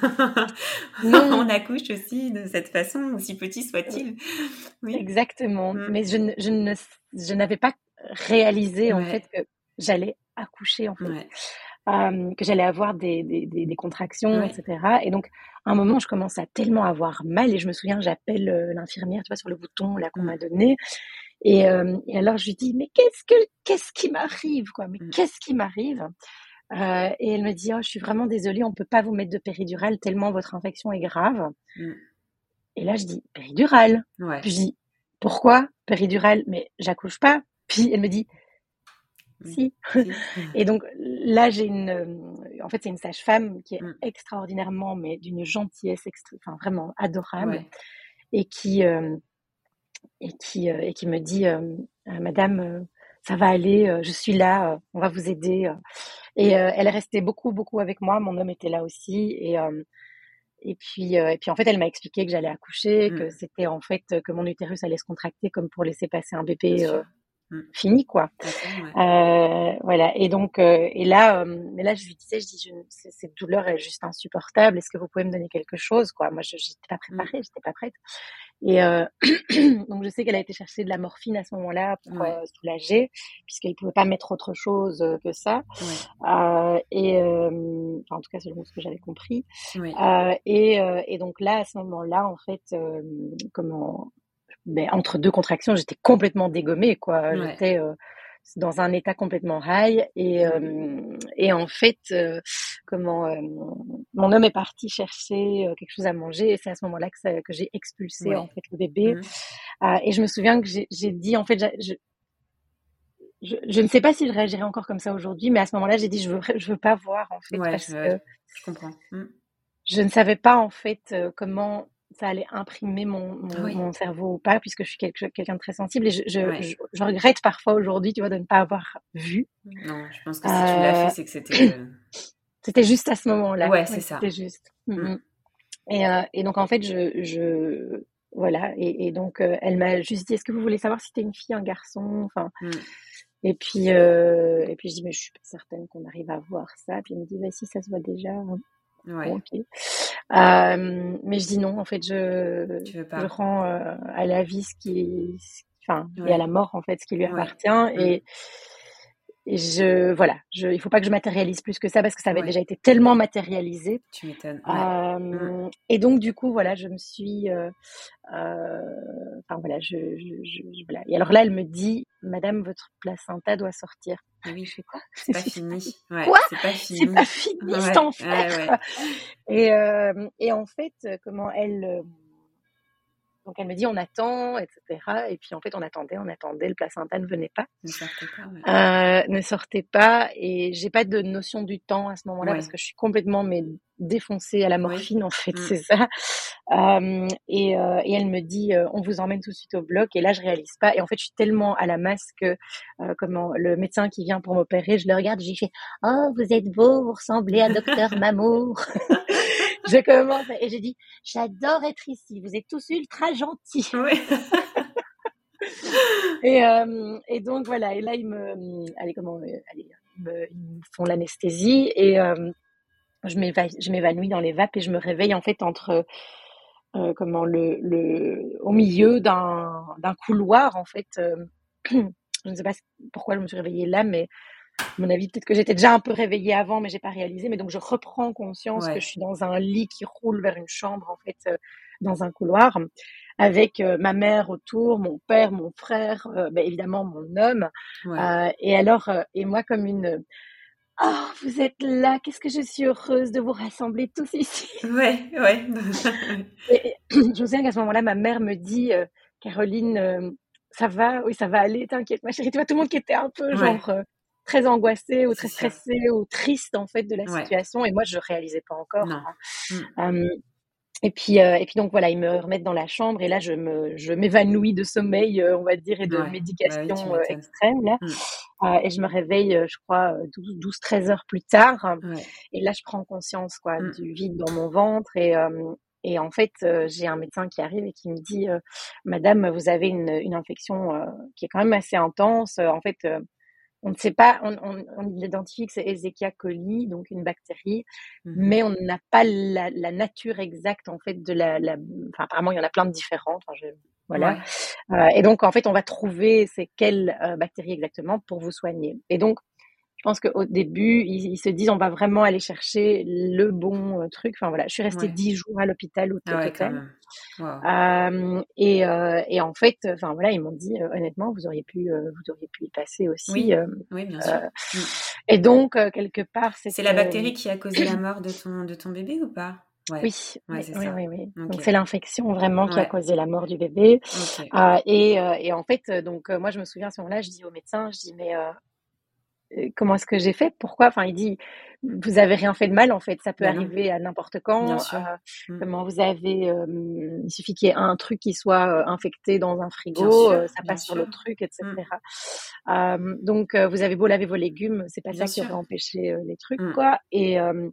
On non, accouche aussi de cette façon, aussi petit soit-il. Oui. exactement, Mm. mais je ne, je ne je n'avais pas réalisé en fait Ouais. que j'allais accoucher en fait. Ouais. Euh, que j'allais avoir des, des, des, des contractions, Ouais. et cetera. Et donc, à un moment, je commence à tellement avoir mal et je me souviens, j'appelle euh, l'infirmière, tu vois, sur le bouton là qu'on Mm. m'a donné. Et, euh, et alors, je lui dis, mais qu'est-ce que, qu'est-ce qui m'arrive, quoi? Mais Mm. qu'est-ce qui m'arrive? Euh, et elle me dit, oh, je suis vraiment désolée, on peut pas vous mettre de péridurale tellement votre infection est grave. Mm. Et là, je dis, péridurale. Ouais. Puis je dis, pourquoi péridurale? Mais j'accouche pas. Puis elle me dit, Oui. si. Si. Et donc là, j'ai une, euh, en fait, c'est une sage-femme qui est Mm. extraordinairement, mais d'une gentillesse, extra, enfin vraiment adorable, Ouais. et qui, euh, et qui, euh, et qui me dit, euh, euh, Madame, euh, ça va aller, euh, je suis là, euh, on va vous aider. euh. Et euh, elle est restée beaucoup, beaucoup avec moi. Mon homme était là aussi, et euh, et puis, euh, et puis en fait, elle m'a expliqué que j'allais accoucher, que Mm. c'était en fait euh, que mon utérus allait se contracter comme pour laisser passer un Bien bébé euh, sûr. Mm. fini, quoi. À terme, ouais. Euh, voilà. Et donc, euh, et là, euh, mais là, je lui disais, je dis, je, c- cette douleur est juste insupportable. Est-ce que vous pouvez me donner quelque chose, quoi? Moi, je j'étais pas Mm. préparée, j'étais pas prête. Et euh, donc, je sais qu'elle a été chercher de la morphine à ce moment-là pour Ouais. euh, soulager, puisqu'elle pouvait pas mettre autre chose euh, que ça. Ouais. Euh, et euh, enfin, en tout cas, selon ce que j'avais compris. Ouais. Euh, et, euh, et donc là, à ce moment-là, en fait, euh, comment, ben, entre deux contractions, j'étais complètement dégommée, quoi. Ouais. J'étais euh, dans un état complètement high. Et, Mm. euh, et en fait, euh, comment, euh, mon homme est parti chercher euh, quelque chose à manger. Et c'est à ce moment-là que, ça, que j'ai expulsé en Ouais. fait le bébé. Mm. Euh, et je me souviens que j'ai, j'ai dit, en fait, j'a- je, je, je ne sais pas si je réagirais encore comme ça aujourd'hui, mais à ce moment-là, j'ai dit, je veux, je veux pas voir, en fait, Ouais, parce je, que je comprends. Mm. je ne savais pas, en fait, euh, comment ça allait imprimer mon, mon, Oui. mon cerveau ou pas, puisque je suis quelque- quelqu'un de très sensible. Et je, je, Ouais. je, je regrette parfois aujourd'hui, tu vois, de ne pas avoir vu. Non, je pense que si tu l'as fait, Euh, c'est que c'était. euh, c'était juste à ce moment-là. Ouais, c'est Oui, ça. c'était juste. Mm. Mhm. Et, euh, et donc, en fait, je, je voilà. Et, et donc, euh, elle m'a juste dit, est-ce que vous voulez savoir si c'était une fille, un garçon? Enfin, Mm. et puis, euh, et puis je dis, mais je suis pas certaine qu'on arrive à voir ça. Puis elle me dit, bah si, ça se voit déjà. Ouais. Bon, ok. Euh, mais je dis non, en fait, je, Tu veux je pas. rends euh, à la vie ce qui, ce- enfin, et à Ouais. la mort, en fait, ce qui lui Ouais. appartient. Mm. Et, et je, voilà, je, il faut pas que je matérialise plus que ça parce que ça avait Ouais. déjà été tellement matérialisé. Tu m'étonnes. Ouais. Mm. Euh, et donc, du coup, voilà, je me suis, euh, euh, enfin voilà, je, je, je, je- voilà. Et alors là, elle me dit, Madame, votre placenta doit sortir. Et Je oui, fais quoi? c'est pas fini. Ouais, Quoi? c'est pas C'est fini. pas fini cet Ouais. enfer, Ouais, ouais. quoi. Et, euh, et en fait, euh, comment elle, euh, donc elle me dit on attend, et cetera. Et puis en fait on attendait, on attendait, le placenta ne venait pas, Ne sortez pas. Ouais. euh, ne sortait pas. Et j'ai pas de notion du temps à ce moment-là parce Ouais. que je suis complètement mais défoncée à la Oui. morphine en fait, Mm. c'est ça. Euh, et, euh, et elle me dit euh, on vous emmène tout de suite au bloc. Et là je réalise pas. Et en fait je suis tellement à la masse que euh, comment le médecin qui vient pour m'opérer, je le regarde, j'ai fait oh vous êtes beau, vous ressemblez à Docteur Mamour. Je commence et j'ai dit j'adore être ici, vous êtes tous ultra gentils. Ouais. Et, euh, et donc voilà, et là ils me, allez comment, euh, allez, ils me, ils me font l'anesthésie et euh, je m'éva- je m'évanouis dans les vapes et je me réveille en fait entre euh, comment le, le au milieu d'un d'un couloir en fait. euh, je ne sais pas pourquoi je me suis réveillée là, mais à mon avis peut-être que j'étais déjà un peu réveillée avant, mais j'ai pas réalisé. Mais donc je reprends conscience que je Ouais. suis dans un lit qui roule vers une chambre en fait, euh, dans un couloir, avec euh, ma mère autour, mon père, mon frère, euh, ben, évidemment mon homme. Ouais. Euh, et alors, euh, et moi comme une oh vous êtes là, qu'est-ce que je suis heureuse de vous rassembler tous ici. Ouais. Ouais. Et, et je me souviens qu'à ce moment-là, ma mère me dit, euh, Caroline, euh, ça va, oui, ça va aller, t'inquiète, ma chérie. Tu vois, tout le monde qui était un peu Ouais. genre euh, très angoissé ou C'est très sûr. stressé ou triste en fait de la Ouais. situation. Et moi, je réalisais pas encore. Non. Mm. Hein. Euh, et puis, euh, et puis donc voilà, ils me remettent dans la chambre et là, je me, je m'évanouis de sommeil, euh, on va dire, et de Ouais. Bah oui, tu médication euh, m'étonnes. extrême là. Mm. Euh, et je me réveille, euh, je crois, douze treize heures plus tard. Ouais. Et là, je prends conscience quoi Mm. du vide dans mon ventre et euh, et en fait, euh, j'ai un médecin qui arrive et qui me dit, euh, Madame, vous avez une, une infection euh, qui est quand même assez intense. Euh, en fait, euh, on ne sait pas, on, on, on identifie que c'est Escherichia coli, donc une bactérie, Mhm. mais on n'a pas la, la nature exacte en fait de la, la. Enfin, apparemment, il y en a plein de différentes. Enfin, je, voilà. Ouais. Euh, et donc, en fait, on va trouver c'est quelle euh, bactérie exactement pour vous soigner. Et donc, je pense qu'au début, ils, ils se disent on va vraiment aller chercher le bon euh, truc. Enfin voilà, je suis restée Ouais. dix jours à l'hôpital au, au Ah ouais, quand total. même. Wow. Euh, et, euh, et en fait, enfin voilà, ils m'ont dit euh, honnêtement, vous auriez pu, euh, vous auriez pu y passer aussi. Oui. Euh, Oui, bien euh, sûr. Mm. et donc euh, quelque part, cette C'est la euh, bactérie qui a causé la mort de ton, de ton bébé ou pas? Ouais. oui, Ouais, oui, c'est oui, ça. oui, oui. Ok. Donc c'est l'infection vraiment qui a Ouais. causé la mort du bébé. Ok. Euh, et, euh, et en fait, euh, donc euh, moi je me souviens à ce moment-là, je dis au médecin, je dis mais euh, euh, comment est-ce que j'ai fait? Pourquoi? Enfin, il dit, vous avez rien fait de mal, en fait. Ça peut Ben non, arriver à n'importe bien quand. sûr. Euh, Mm. comment vous avez, euh, il suffit qu'il y ait un truc qui soit euh, infecté dans un Bien frigo, sûr, euh, ça bien passe sur sûr. l'autre truc, Mm. et cetera. Euh, donc, euh, vous avez beau laver vos légumes, c'est pas Bien ça qui sûr. aurait empêché euh, les trucs, Mm. quoi. Et, euh,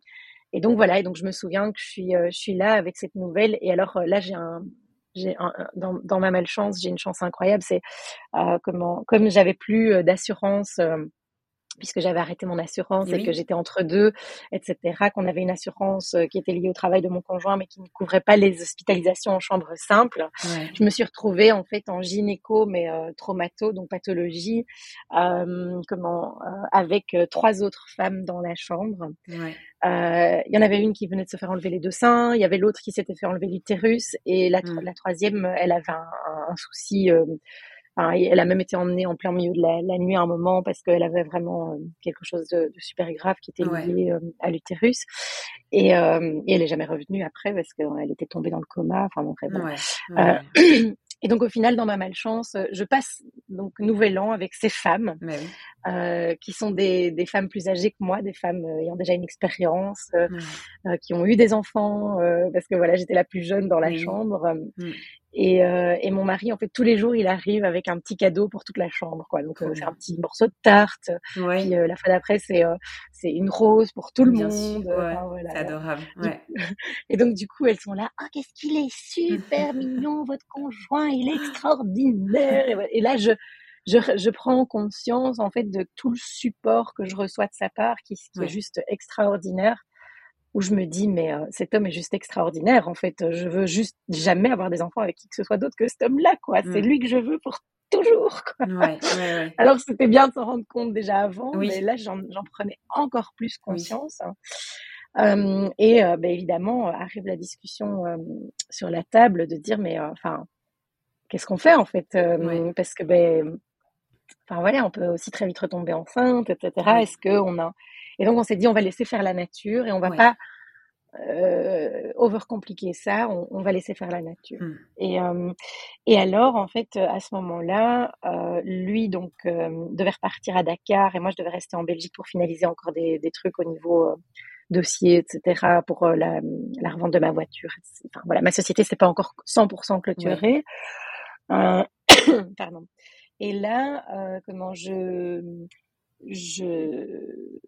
et donc voilà, et donc je me souviens que je suis, euh, je suis là avec cette nouvelle. Et alors euh, là, j'ai un, j'ai un, un- dans, dans ma malchance, j'ai une chance incroyable. C'est euh, comment, comme j'avais plus euh, d'assurance. Euh, puisque j'avais arrêté mon assurance Et et que oui. j'étais entre deux, et cetera, qu'on avait une assurance euh, qui était liée au travail de mon conjoint, mais qui ne couvrait pas les hospitalisations en chambre simple. Ouais. Je me suis retrouvée en fait en gynéco, mais euh, traumato, donc pathologie, euh, comment, euh, avec euh, trois autres femmes dans la chambre. Ouais. Euh, Il y en avait une qui venait de se faire enlever les deux seins, il y avait l'autre qui s'était fait enlever l'utérus, et la, tro- Mm. la troisième, elle avait un, un, un souci. Euh, Enfin, elle a même été emmenée en plein milieu de la, la nuit à un moment parce qu'elle avait vraiment euh, quelque chose de, de super grave qui était Ouais. lié euh, à l'utérus. Et, euh, et elle est jamais revenue après parce qu'elle était tombée dans le coma. Enfin bon, après, voilà. Ouais. Ouais. Euh, et donc au final, dans ma malchance, je passe donc nouvel an avec ces femmes Bah oui. euh, qui sont des, des femmes plus âgées que moi, des femmes euh, ayant déjà une expérience, euh, Ouais. euh, qui ont eu des enfants, euh, parce que voilà, j'étais la plus jeune dans la Oui. chambre. Mm. Et, euh, et mon mari, en fait, tous les jours, il arrive avec un petit cadeau pour toute la chambre, quoi. Donc, Trop euh, c'est un bien. petit morceau de tarte. Puis Ouais. euh, la fois d'après, c'est euh, c'est une rose pour tout le Bien sûr. monde. Ouais. Enfin voilà. C'est adorable. Du- Ouais. Et donc, du coup, elles sont là. Ah, qu'est-ce qu'il est super mignon, votre conjoint, il est extraordinaire. Et, voilà. Et là, je, je je prends conscience, en fait, de tout le support que je reçois de sa part, qui, qui est Ouais. juste extraordinaire. Où je me dis, mais euh, cet homme est juste extraordinaire, en fait. Je veux juste jamais avoir des enfants avec qui que ce soit d'autre que cet homme-là, quoi. C'est Mm. lui que je veux pour toujours, quoi. Ouais. Ouais. Ouais. Alors, c'était bien de s'en rendre compte déjà avant, mais Oui. là, j'en, j'en prenais encore plus Oui. conscience. Euh, et euh, ben, évidemment, arrive la discussion euh, sur la table de dire, mais euh, enfin, qu'est-ce qu'on fait, en fait? Ouais. Euh, parce que, ben, enfin, voilà, on peut aussi très vite retomber enceinte, et cetera. Oui. Est-ce qu'on a... Et donc, on s'est dit, on va laisser faire la nature et on va Ouais. pas euh, overcompliquer ça, on, on va laisser faire la nature. Mm. Et, euh, et alors, en fait, à ce moment-là, euh, lui, donc, euh, devait repartir à Dakar et moi, je devais rester en Belgique pour finaliser encore des, des trucs au niveau euh, dossier, et cetera, pour euh, la, la revente de ma voiture. Enfin, voilà, ma société, c'est pas encore cent pour cent Ouais. clôturée. Euh, pardon. Et là, euh, comment je, je,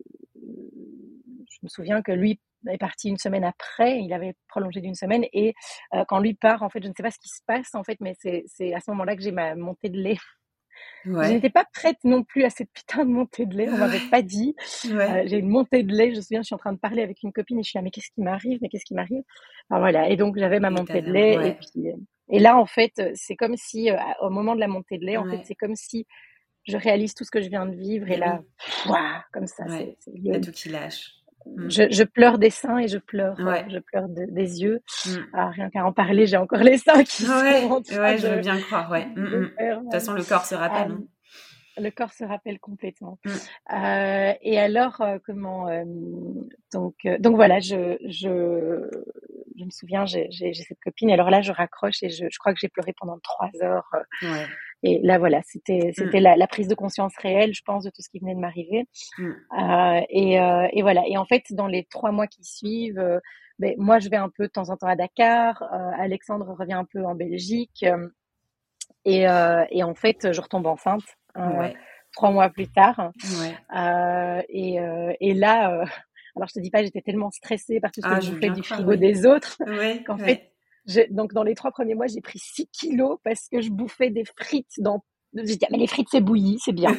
je me souviens que lui est parti une semaine après, il avait prolongé d'une semaine, et euh, quand lui part, en fait, je ne sais pas ce qui se passe, en fait, mais c'est, c'est à ce moment-là que j'ai ma montée de lait. Je Ouais. n'étais pas prête non plus à cette putain de montée de lait, on m'avait Ouais. pas dit. Euh, Ouais. j'ai une montée de lait, je me souviens, je suis en train de parler avec une copine et je suis là, mais qu'est-ce qui m'arrive, mais qu'est-ce qui m'arrive? Enfin, voilà, et donc j'avais ma Et montée de t'avais un... lait, et Ouais. puis, euh, et là, en fait, c'est comme si, euh, au moment de la montée de lait, en fait, Ouais. c'est comme si je réalise tout ce que je viens de vivre, et Et là, oui. ouah, comme ça, Ouais. c'est, c'est T'as le, tout qui lâche. Mm. je, je pleure des seins et je pleure, euh, Ouais. je pleure de- des yeux. Mm. Ah, rien qu'à en parler, j'ai encore les seins qui sont Ouais. en train Ouais, je veux de, bien croire. Ouais. Mm, de mm. De faire toute mal. façon, le corps se rappelle. Euh, Hein. le corps se rappelle complètement. Mm. Euh, et alors, euh, comment euh, donc, euh, donc voilà, je, je, je me souviens, j'ai, j'ai, j'ai cette copine. Et alors là, je raccroche et je, je crois que j'ai pleuré pendant trois heures. euh, Ouais. Et là, voilà, c'était, c'était Mm. la, la prise de conscience réelle, je pense, de tout ce qui venait de m'arriver. Mm. Euh, et, euh, et voilà. Et en fait, dans les trois mois qui suivent, euh, ben, moi, je vais un peu de temps en temps à Dakar. Euh, Alexandre revient un peu en Belgique. Euh, et, euh, et en fait, je retombe enceinte euh, Ouais. trois mois plus tard. Ouais. Euh, et, euh, et là, euh, alors je te dis pas, j'étais tellement stressée par tout ce que Ah, je je veux bouffais bien du croire. frigo Ouais. des autres Ouais. qu'en fait, Ouais. je, donc dans les trois premiers mois, j'ai pris six kilos parce que je bouffais des frites dans... Je dis, ah, mais les frites, c'est bouilli, c'est bien.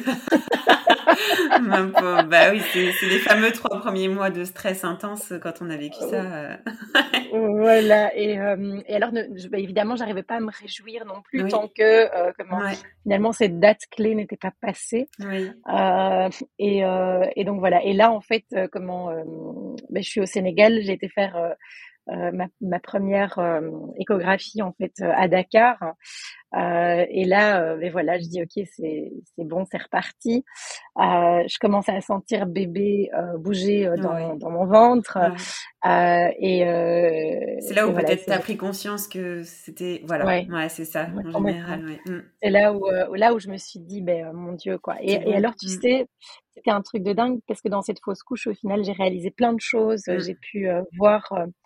Ma pauvre. Bah oui, c'est c'est les fameux trois premiers mois de stress intense quand on a vécu ça. euh. Voilà. Et, euh, et alors, ne, je, bah, évidemment, j'arrivais pas à me réjouir non plus tant Oui. que euh, comment Ouais. finalement cette date clé n'était pas passée. Oui. Euh, et, euh, et donc voilà. Et là, en fait, euh, comment euh, ben, je suis au Sénégal, j'ai été faire euh, euh, ma, ma première euh, échographie en fait euh, à Dakar. Euh, et là, euh, ben voilà, je dis ok, c'est c'est bon, c'est reparti. Euh, je commence à sentir bébé euh, bouger euh, dans Ouais. dans mon ventre. Ouais. Euh, et, euh, C'est là et où voilà, peut-être c'est t'as pris conscience que c'était... Voilà. ouais, Ouais, c'est ça, ouais, en complètement. général. Ouais. Mm. C'est là où euh, là où je me suis dit ben euh, mon Dieu quoi. Et, C'est et bon. alors tu Mm. sais, c'était un truc de dingue parce que dans cette fausse couche au final j'ai réalisé plein de choses. Mm. J'ai pu euh, voir euh,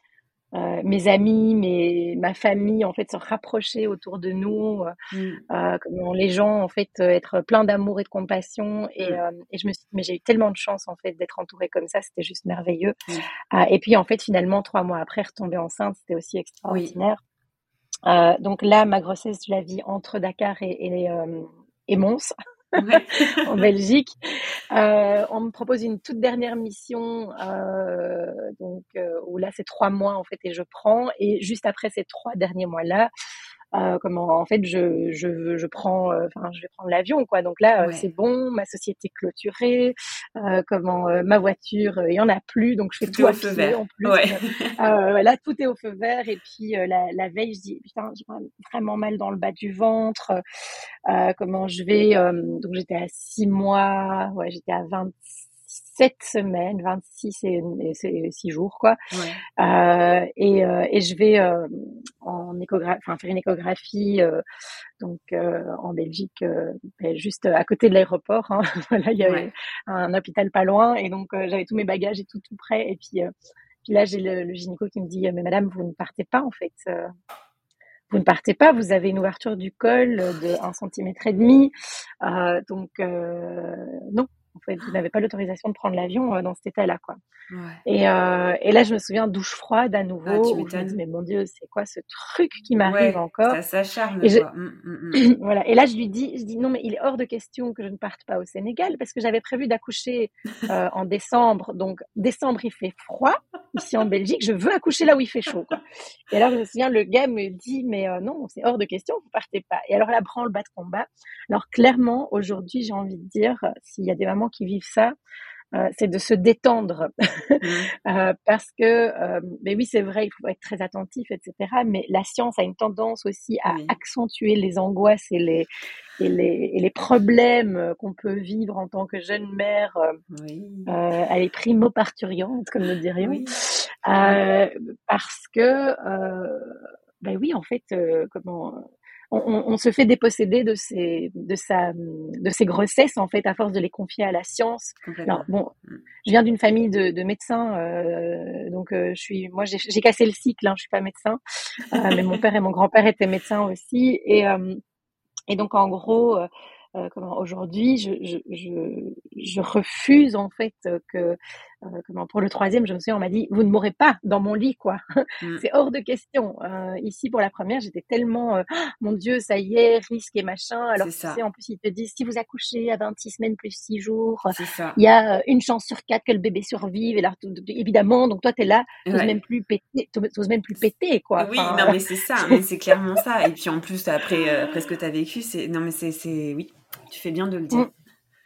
euh, mes amis, mes, ma famille, en fait, se rapprocher autour de nous, euh, Mmh. euh, comment les gens, en fait, euh, être plein d'amour et de compassion. Et, Mmh. euh, et je me suis dit, mais j'ai eu tellement de chance, en fait, d'être entourée comme ça. C'était juste merveilleux. Oui. Euh, et puis, en fait, finalement, trois mois après, retomber enceinte, c'était aussi Oui. extraordinaire. Euh, donc là, ma grossesse, je la vis entre Dakar et, et, euh, et Mons, Ouais. en Belgique. Euh, on me propose une toute dernière mission, euh, donc euh, où là c'est trois mois en fait et je prends. Et juste après ces trois derniers mois-là, euh, comment en fait je je je prends, euh, enfin je vais prendre l'avion quoi. Donc là euh, c'est Ouais. bon, ma société clôturée, euh, comment euh, ma voiture, euh, il y en a plus, donc je fais Tout est tout au à feu pied vert. en plus. Ouais. Euh, là tout est au feu vert et puis euh, la, la veille je dis putain j'ai vraiment mal dans le bas du ventre. Euh, comment je vais euh, donc j'étais à six mois, ouais j'étais à vingt-sept semaines, vingt-six et, et six jours quoi. Ouais. Euh, et, euh, et je vais euh, en échographie, enfin faire une échographie euh, donc euh, en Belgique, euh, juste à côté de l'aéroport. Hein. Voilà, il y avait Ouais. un hôpital pas loin et donc euh, j'avais tous mes bagages et tout tout prêt. Et puis euh, puis là j'ai le, le gynéco qui me dit mais madame vous ne partez pas en fait. Euh, vous ne partez pas, vous avez une ouverture du col de un centimètre et demi, euh, donc euh, non, en fait, vous n'avez pas l'autorisation de prendre l'avion euh, dans cet état-là, quoi. Ouais. Et, euh, et là, je me souviens douche froide à Ah, nouveau, tu où je me dis m'étonnes. mais mon Dieu, c'est quoi ce truc qui m'arrive Ouais, encore? ça s'acharne, Et je, quoi. Mmh, mmh, mmh. voilà. Et là, je lui dis, je dis non, mais il est hors de question que je ne parte pas au Sénégal parce que j'avais prévu d'accoucher euh, en décembre. Donc, décembre, il fait froid ici en Belgique. Je veux accoucher là où il fait chaud, quoi. Et alors, je me souviens, le gars me dit, mais euh, non, c'est hors de question, vous partez pas. Et alors, là, branle-bas de combat. Alors, clairement, aujourd'hui, j'ai envie de dire, s'il y a des mamans qui vivent ça, euh, c'est de se détendre Mmh. euh, parce que, euh, mais oui, c'est vrai, il faut être très attentif, et cetera. Mais la science a une tendance aussi à Oui. accentuer les angoisses et les et les, et les problèmes qu'on peut vivre en tant que jeune mère, euh, Oui. euh, elle est primo-parturiente, comme nous dirions, Oui. euh, parce que, euh, ben oui, en fait, euh, comment on, on, on se fait déposséder de ses, de sa, de ses grossesses en fait à force de les confier à la science. Alors Complètement. bon, Mmh. je viens d'une famille de, de médecins, euh, donc euh, je suis, moi j'ai, j'ai cassé le cycle, hein, je suis pas médecin, euh, mais mon père et mon grand-père étaient médecins aussi, et euh, et donc en gros, euh, euh, comment aujourd'hui, je, je, je, je refuse en fait euh, que euh, comment pour le troisième, je me souviens, on m'a dit vous ne mourrez pas dans mon lit quoi. Mmh. C'est hors de question. Euh, ici pour la première, j'étais tellement euh, oh, mon Dieu, ça y est, risque et machin. Alors C'est tu sais, ça. en plus ils te disent si vous accouchez à vingt-six semaines plus six jours, C'est ça. il y a euh, une chance sur quatre que le bébé survive. Et là, t- t- évidemment, donc toi t'es là, t'oses Ouais. même plus péter, t'oses même plus péter quoi. Oui, Enfin, non, mais c'est ça, mais c'est clairement ça. Et puis en plus, après, euh, après ce que tu as vécu, c'est. Non, mais c'est, c'est. Oui, tu fais bien de le dire. euh,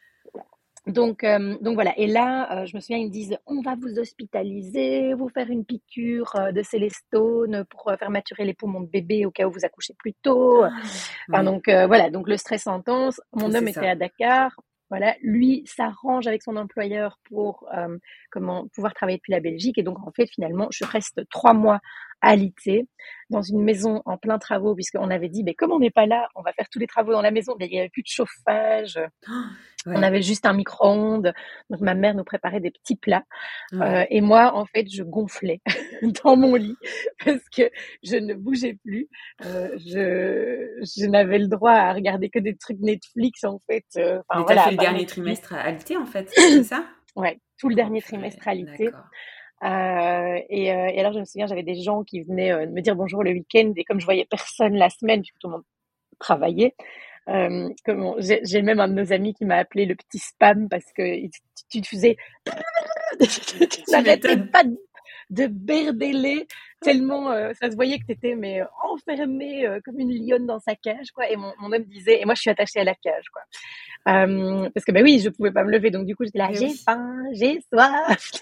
Donc, euh, donc voilà. Et là, euh, je me souviens, ils me disent, on va vous hospitaliser, vous faire une piqûre euh, de Célestone pour euh, faire maturer les poumons de bébé au cas où vous accouchez plus tôt. Enfin, Ouais, donc euh, voilà, donc le stress intense. Mon c'est homme était ça. à Dakar. Voilà, lui s'arrange avec son employeur pour euh, comment pouvoir travailler depuis la Belgique. Et donc en fait, finalement, je reste trois mois alité dans une maison en plein travaux, puisqu'on avait dit, mais comme on n'est pas là, on va faire tous les travaux dans la maison. Mais il n'y avait plus de chauffage. On Ouais, avait juste un micro-ondes. Donc ma mère nous préparait des petits plats. ouais. Euh, et moi, en fait, je gonflais dans mon lit parce que je ne bougeais plus. Euh, je, je n'avais le droit à regarder que des trucs Netflix, en fait. Euh, Enfin Mais t'as voilà, fait à le part dernier Netflix. trimestre à alité, en fait, c'est ça? Ouais, tout le Oh dernier purée, trimestre alité. d'accord. Euh, et, euh, et alors, je me souviens, j'avais des gens qui venaient euh, me dire bonjour le week-end. Et comme je voyais personne la semaine, puisque tout le monde travaillait, euh, comment, j'ai, j'ai même un de nos amis qui m'a appelé le petit spam parce que il- tu, tu faisais tu Tu n'arrêtais m'étonnes. pas de, de berdeler tellement euh, ça se voyait que t'étais mais euh, enfermée euh, comme une lionne dans sa cage quoi. Et mon, mon homme disait et moi je suis attachée à la cage quoi. Euh, parce que ben oui je pouvais pas me lever donc du coup j'étais là Mais j'ai oui, faim j'ai soif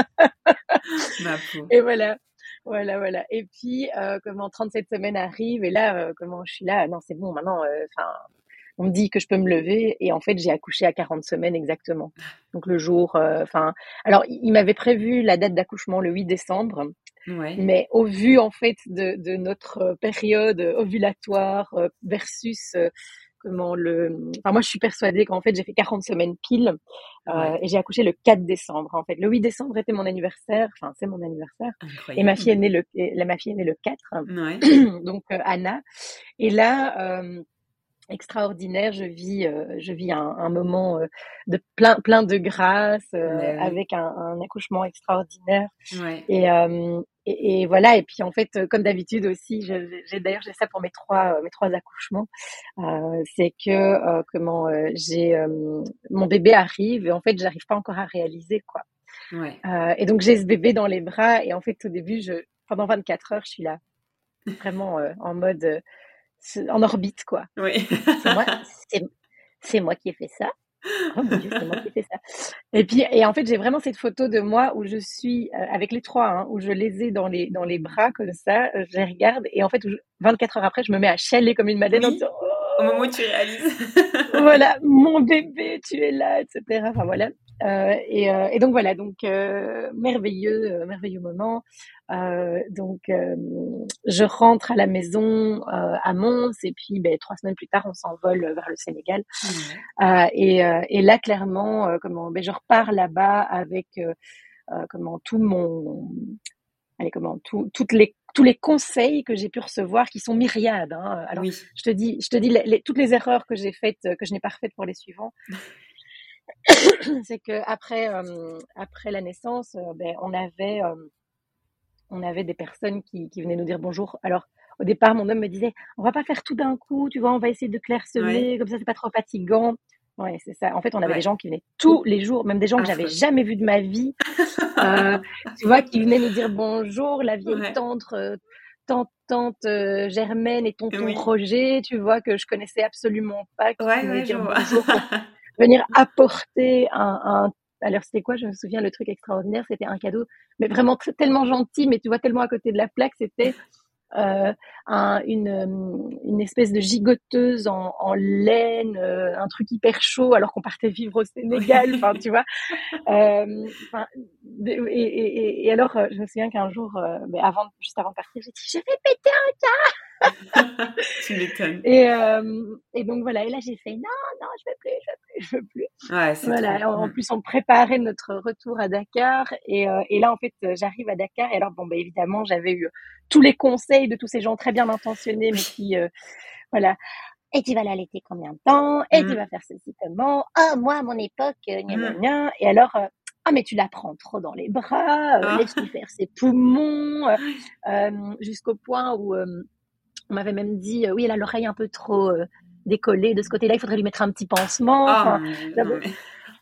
ma peau. et voilà. Voilà, voilà. Et puis, euh, comment trente-sept semaines arrivent, et là, euh, comment je suis là, non, c'est bon, maintenant, enfin, on me dit que je peux me lever, et en fait, j'ai accouché à quarante semaines exactement. Donc, le jour, enfin, euh, alors, il, il m'avait prévu la date d'accouchement le huit décembre, Ouais. mais au vu, en fait, de, de notre période ovulatoire euh, versus, euh, comment le, enfin moi je suis persuadée qu'en fait j'ai fait quarante semaines pile euh, Ouais. et j'ai accouché le quatre décembre en fait. Le huit décembre était mon anniversaire, enfin c'est mon anniversaire et ma fille est Incroyable. née le, et la ma fille est née le quatre, Ouais. donc euh, Anna. Et là. Euh, extraordinaire, je vis, euh, je vis un, un moment euh, de plein, plein de grâce, euh, Ben oui. avec un, un accouchement extraordinaire. Ouais. Et, euh, et, et voilà. Et puis en fait, euh, comme d'habitude aussi, je- j'ai d'ailleurs j'ai ça pour mes trois, euh, mes trois accouchements. Euh, c'est que euh, comment euh, j'ai euh, mon bébé arrive et en fait, j'arrive pas encore à réaliser quoi. Ouais. Euh, et donc j'ai ce bébé dans les bras et en fait au début, je pendant vingt-quatre heures, je suis là vraiment euh, en mode euh, en orbite quoi. Oui. C'est moi, c'est, c'est moi qui ai fait ça. Oh mon Dieu, c'est moi qui ai fait ça. Et puis, et en fait, j'ai vraiment cette photo de moi où je suis euh, avec les trois, hein, où je les ai dans les, dans les bras comme ça, euh, je les regarde et en fait, où je- vingt-quatre heures après, je me mets à chialer comme une madeleine en Oui, disant, au moment où oh, tu réalises. voilà, mon bébé, tu es là, et cetera. Enfin voilà. Euh, et, euh, et donc voilà, donc euh, merveilleux, euh, merveilleux moment. Euh, donc euh, je rentre à la maison euh, à Mons et puis ben, trois semaines plus tard, on s'envole vers le Sénégal. Ouais. Euh, et, euh, et là, clairement, euh, comment, ben, je repars là-bas avec euh, euh, comment tout mon, allez, comment, tout, toutes les, tous les conseils que j'ai pu recevoir, qui sont myriades. Hein. Alors, Oui. je te dis, je te dis les, les, toutes les erreurs que j'ai faites, que je n'ai pas refaites pour les suivants. C'est que après, euh, après la naissance, euh, ben, on avait, euh, on avait des personnes qui, qui venaient nous dire bonjour. Alors, au départ, mon homme me disait, on va pas faire tout d'un coup, tu vois, on va essayer de clairsemer, Ouais. comme ça, c'est pas trop fatigant. Ouais, c'est ça. En fait, on avait des Ouais. gens qui venaient tous les jours, même des gens que j'avais Affreux. jamais vus de ma vie, euh, tu vois, qui venaient nous dire bonjour, la vieille Ouais. tante, euh, tante, tante euh, Germaine et tonton Oui. Roger, tu vois, que je connaissais absolument pas, qui, qui Ouais, venaient ouais, je dire vois. bonjour pour venir apporter un, un... Alors, c'était quoi? Je me souviens, le truc extraordinaire, c'était un cadeau, mais vraiment t- tellement gentil, mais tu vois, tellement à côté de la plaque, c'était euh, un, une, euh, une espèce de gigoteuse en, en laine, euh, un truc hyper chaud, alors qu'on partait vivre au Sénégal, enfin, tu Oui. vois. Euh, enfin, de- et, et, et alors, euh, je me souviens qu'un jour, euh, ben, avant, juste avant de partir, j'ai dit, je vais péter. Tu m'étonnes. Et, euh, et donc voilà, et là j'ai fait, non, non, je veux plus, je veux plus, je veux plus. Ouais, c'est trop. Voilà, en, en Mm. plus on préparait notre retour à Dakar, et, euh, et là en fait euh, j'arrive à Dakar, et alors bon, ben évidemment j'avais eu tous les conseils de tous ces gens très bien intentionnés, mais Oui. qui, euh, voilà, et tu vas l'allaiter combien de temps, et tu vas Mm. faire ceci comment, ah moi à mon époque, euh, gna gna Mm. gna, et alors, euh, ah mais tu la prends trop dans les bras, euh, Ah. laisse-lui faire ses poumons, euh, euh, jusqu'au point où... euh, on m'avait même dit, euh, oui, elle a l'oreille un peu trop euh, décollée de ce côté-là, il faudrait lui mettre un petit pansement. Oh Enfin, mon Dieu, non j'avais- mais.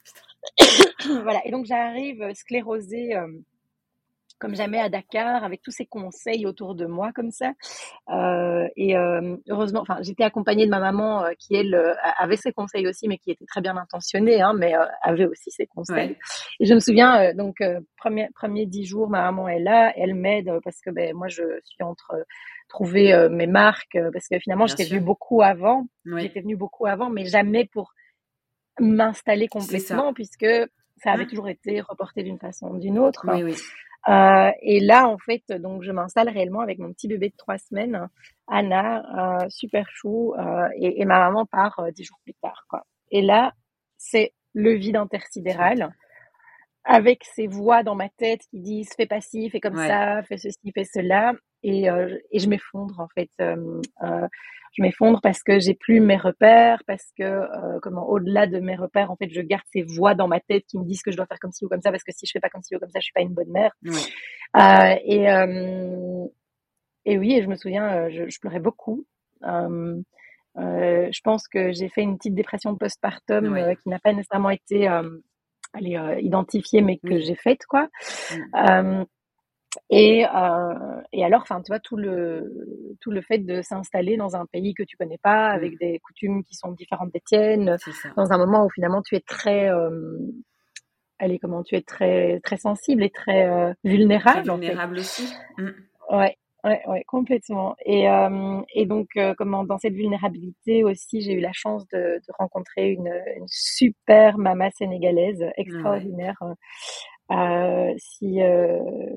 voilà. Et donc j'arrive euh, sclérosée euh, comme jamais à Dakar, avec tous ces conseils autour de moi comme ça. Euh, et euh, heureusement, enfin, j'étais accompagnée de ma maman euh, qui elle euh, avait ses conseils aussi, mais qui était très bien intentionnée, hein, mais euh, avait aussi ses conseils. Ouais. Et je me souviens euh, donc euh, premier premier dix jours, ma maman est là, elle m'aide euh, parce que ben moi je suis entre euh, trouver euh, mes marques euh, parce que finalement Bien j'étais sûr. venue beaucoup avant, Oui. j'étais venue beaucoup avant, mais jamais pour m'installer C'est complètement ça. puisque ça avait Mm. toujours été reporté d'une façon ou d'une autre. Oui, oui. Euh, et là, en fait, donc je m'installe réellement avec mon petit bébé de trois semaines, Anna, euh, super chou, euh, et, et ma maman part euh, dix jours plus tard, quoi. Et là, c'est le vide Tu intersidéral, m'étonnes. avec ces voix dans ma tête qui disent fais pas ci, fais comme Ouais. ça, fais ceci, fais cela, et, euh, et je m'effondre en fait. Euh, euh, je m'effondre parce que j'ai plus mes repères, parce que euh, comment au-delà de mes repères, en fait, je garde ces voix dans ma tête qui me disent que je dois faire comme ci ou comme ça, parce que si je fais pas comme ci ou comme ça, je suis pas une bonne mère. Ouais. Euh, et euh, et oui, et je me souviens, euh, je, je pleurais beaucoup. Euh, euh, je pense que j'ai fait une petite dépression postpartum Ouais. euh, qui n'a pas nécessairement été euh, allez, euh, identifiée, mais que Oui. j'ai faite, quoi. Mm. Euh, et, euh, et alors, enfin, tu vois, tout le, tout le fait de s'installer dans un pays que tu connais pas, Mm. avec des coutumes qui sont différentes des tiennes, C'est ça. dans un moment où finalement tu es très, euh, allez, comment, tu es très, très sensible et très euh, Très vulnérable, en fait. vulnérable aussi. Mm. Ouais, ouais, ouais, complètement. Et, euh, et donc, euh, comment, dans cette vulnérabilité aussi, j'ai eu la chance de, de rencontrer une, une super maman sénégalaise Ouais. extraordinaire. Euh, si, euh,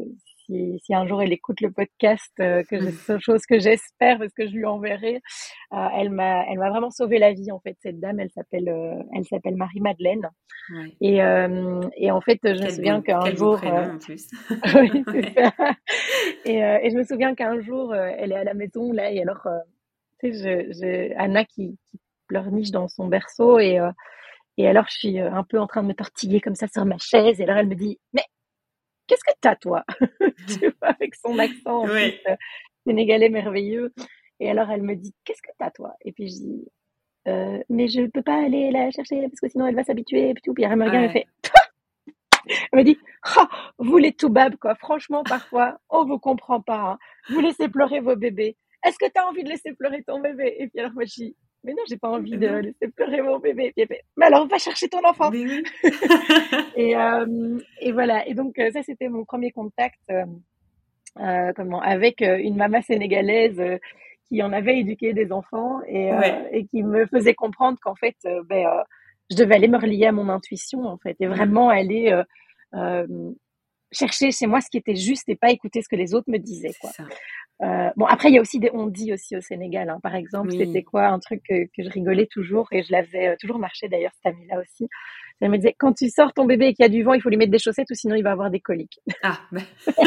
si, si un jour elle écoute le podcast, euh, que c'est une chose que j'espère parce que je lui enverrai. Euh, elle m'a, elle m'a vraiment sauvé la vie en fait. Cette dame, elle s'appelle, euh, elle s'appelle Marie-Madeleine. Ouais. Et, euh, et en fait, je me Quel souviens beau, qu'un quel beau jour, prénom euh, en plus. oui, c'est Ouais. ça. Et, euh, et je me souviens qu'un jour, euh, elle est à la maison là, et alors, euh, tu sais, je, je, Anna qui, qui pleurniche dans son berceau, et euh, et alors je suis euh, un peu en train de me tortiller comme ça sur ma chaise, et alors elle me dit, mais qu'est-ce que t'as toi? Tu vois, avec son accent en plus Oui. euh, sénégalais merveilleux. Et alors elle me dit, qu'est-ce que t'as toi? Et puis je dis, euh, mais je peux pas aller la chercher parce que sinon elle va s'habituer et puis tout. Puis elle me regarde et Ouais. fait, elle me dit, ah, vous les toubabs quoi, franchement parfois on vous comprend pas, hein. Vous laissez pleurer vos bébés. Est-ce que t'as envie de laisser pleurer ton bébé? Et puis alors moi je dis, mais non, j'ai pas envie de Non, laisser pleurer mon bébé. Et puis elle fait, mais alors va chercher ton enfant. mais oui. Et, euh, et voilà. Et donc euh, ça c'était mon premier contact. Euh, euh, comment avec euh, une maman sénégalaise euh, qui en avait éduqué des enfants et, euh, Ouais. et qui me faisait comprendre qu'en fait euh, ben, euh, je devais aller me relier à mon intuition en fait et Mm. vraiment aller euh, euh, chercher chez moi ce qui était juste et pas écouter ce que les autres me disaient C'est quoi. ça. Euh, bon après il y a aussi des on dit aussi au Sénégal hein. Par exemple c'était Oui. quoi un truc que, que je rigolais toujours et je la faisais euh, toujours marcher d'ailleurs cette amie là aussi. Elle me disait quand tu sors ton bébé et qu'il y a du vent il faut lui mettre des chaussettes ou sinon il va avoir des coliques. Ah, bah.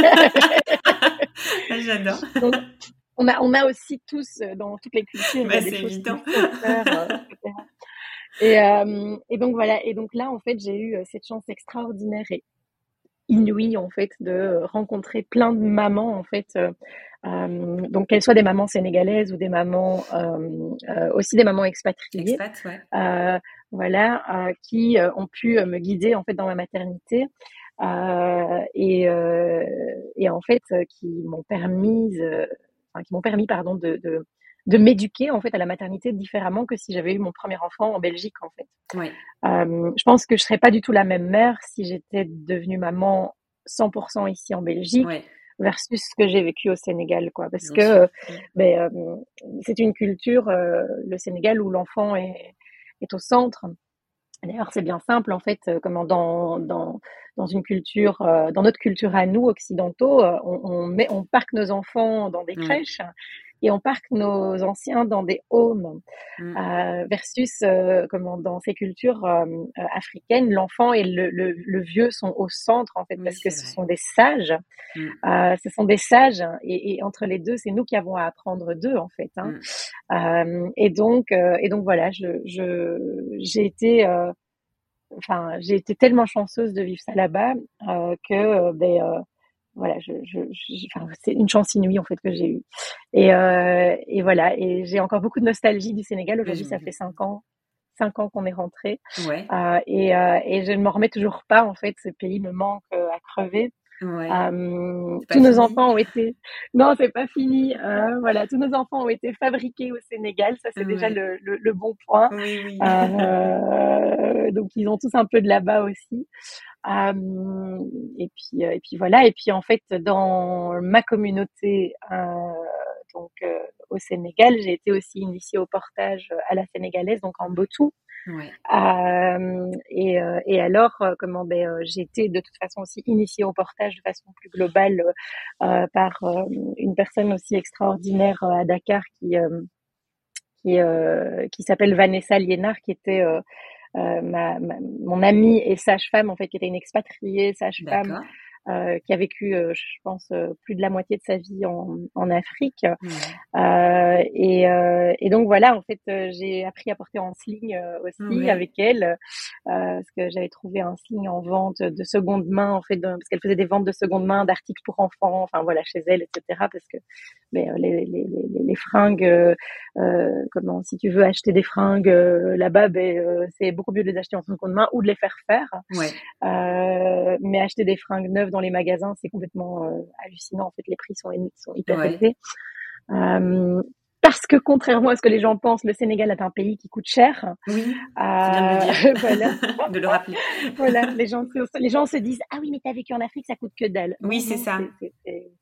J'adore. Donc, on a, on a aussi tous, euh, dans toutes les cultures, il y Bah, a des c'est choses qu'il évident. faut faire, euh, et cetera. Et, euh, et donc voilà. Et donc là, en fait, j'ai eu euh, cette chance extraordinaire et inouïe, en fait, de euh, rencontrer plein de mamans, en fait. Euh, euh, donc qu'elles soient des mamans sénégalaises ou des mamans, euh, euh, aussi des mamans expatriées, Expat, ouais. euh, voilà, euh, qui euh, ont pu euh, me guider, en fait, dans ma maternité. Euh, et, euh, et en fait, euh, qui m'ont permis, euh, enfin, qui m'ont permis, pardon, de, de, de m'éduquer en fait à la maternité différemment que si j'avais eu mon premier enfant en Belgique en fait. Oui. Euh, je pense que je serais pas du tout la même mère si j'étais devenue maman cent pour cent ici en Belgique Oui, versus ce que j'ai vécu au Sénégal, quoi. Parce bien que sûr. euh, Mm. ben, euh, c'est une culture, euh, le Sénégal, où l'enfant est, est au centre. D'ailleurs, c'est bien simple, en fait, euh, comment dans, dans, dans une culture, euh, dans notre culture à nous, occidentaux, euh, on, on met, on parque nos enfants dans des Oui. crèches et on parque nos anciens dans des homes. Mm. Euh, versus, euh, comment dans ces cultures euh, euh, africaines, l'enfant et le, le, le vieux sont au centre, en fait, Oui, parce que c'est ce vrai. sont des sages. Mm. Euh, ce sont des sages, et, et entre les deux, c'est nous qui avons à apprendre d'eux, en fait. Hein. Mm. Euh, et donc, euh, et donc voilà, je, je, j'ai été euh, enfin, j'ai été tellement chanceuse de vivre ça là-bas euh, que euh, ben euh, voilà, je, je, je- enfin, c'est une chance inouïe en fait que j'ai eue. Et, euh, et voilà, et j'ai encore beaucoup de nostalgie du Sénégal. Mais Aujourd'hui, ça fait j'imagine. cinq ans, cinq ans qu'on est rentré, Ouais. euh, et, euh, et je ne m'en remets toujours pas en fait. Ce pays me manque euh, à crever. Ouais. Euh, C'est tous pas nos fini. enfants ont été, non, c'est pas fini. Euh, voilà, tous nos enfants ont été fabriqués au Sénégal. Ça, c'est déjà Ouais. le, le, le bon point. Oui, oui. Euh, donc, ils ont tous un peu de là-bas aussi. Euh, et puis, euh, et puis voilà. Et puis, en fait, dans ma communauté, euh, donc euh, au Sénégal, j'ai été aussi initiée au portage à la sénégalaise, donc en Botou. Ouais. Euh, et, euh, et alors, euh, comment ben, euh, j'ai été de toute façon aussi initiée au portage de façon plus globale euh, par euh, une personne aussi extraordinaire euh, à Dakar qui euh, qui, euh, qui s'appelle Vanessa Liénard, qui était euh, euh, ma, ma, mon amie et sage-femme, en fait, qui était une expatriée sage-femme, D'accord. euh, qui a vécu, euh, je pense, euh, plus de la moitié de sa vie en, en Afrique. Ouais. Euh, et, euh, et donc voilà, en fait, euh, j'ai appris à porter en sling euh, aussi Ouais. avec elle, euh, parce que j'avais trouvé un sling en vente de seconde main, en fait, de, parce qu'elle faisait des ventes de seconde main d'articles pour enfants, enfin voilà, chez elle, et cetera. Parce que mais, euh, les, les, les, les fringues, euh, euh, comment, si tu veux acheter des fringues euh, là-bas, ben, euh, c'est beaucoup mieux de les acheter en seconde main ou de les faire faire. Ouais. Euh, mais acheter des fringues neuves dans les magasins, c'est complètement euh, hallucinant. En fait, les prix sont, sont hyper Ouais. élevés. Euh, parce que contrairement à ce que les gens pensent, le Sénégal est un pays qui coûte cher. Oui, c'est bien de le Euh, dire, voilà, de le rappeler. voilà. Les gens, les gens se disent ah oui mais t'as vécu en Afrique, ça coûte que dalle. Oui, Non c'est non, ça. c'est c'est c'est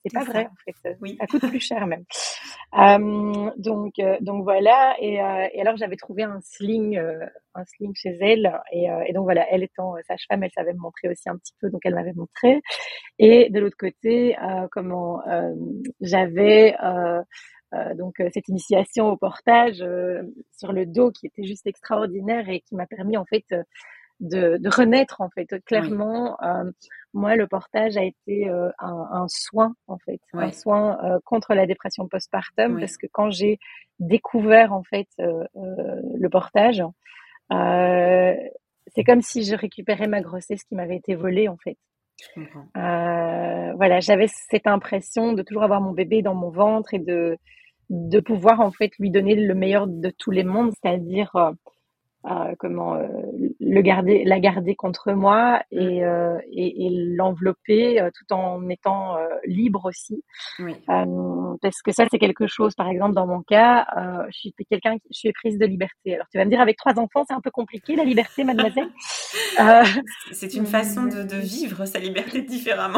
c'est C'est pas vrai ça. en fait, ça, Oui. ça coûte plus cher même. Euh, donc euh, donc voilà et, euh, et alors j'avais trouvé un sling euh, un sling chez elle et, euh, et donc voilà, elle étant euh, sage-femme, elle savait me montrer aussi un petit peu, donc elle m'avait montré. Et de l'autre côté, euh, comment euh, j'avais euh, euh, donc euh, cette initiation au portage euh, sur le dos qui était juste extraordinaire et qui m'a permis en fait euh, de, de renaître en fait Oui. clairement. Euh, moi, le portage a été euh, un, un soin en fait, un Oui. soin euh, contre la dépression postpartum Oui. parce que quand j'ai découvert en fait euh, euh, le portage, euh, c'est comme si je récupérais ma grossesse qui m'avait été volée en fait. Je comprends. Euh, voilà, j'avais cette impression de toujours avoir mon bébé dans mon ventre et de de pouvoir en fait lui donner le meilleur de tous les mondes, c'est-à-dire euh, euh, comment euh, le garder, la garder contre moi Mm. et, euh, et, et l'envelopper euh, tout en étant euh, libre aussi. Oui. Euh, parce que ça, c'est quelque chose, par exemple, dans mon cas, euh, je suis quelqu'un qui je suis prise de liberté. Alors, tu vas me dire, avec trois enfants, c'est un peu compliqué, la liberté, mademoiselle. Euh, C'est une façon de, de vivre sa liberté différemment.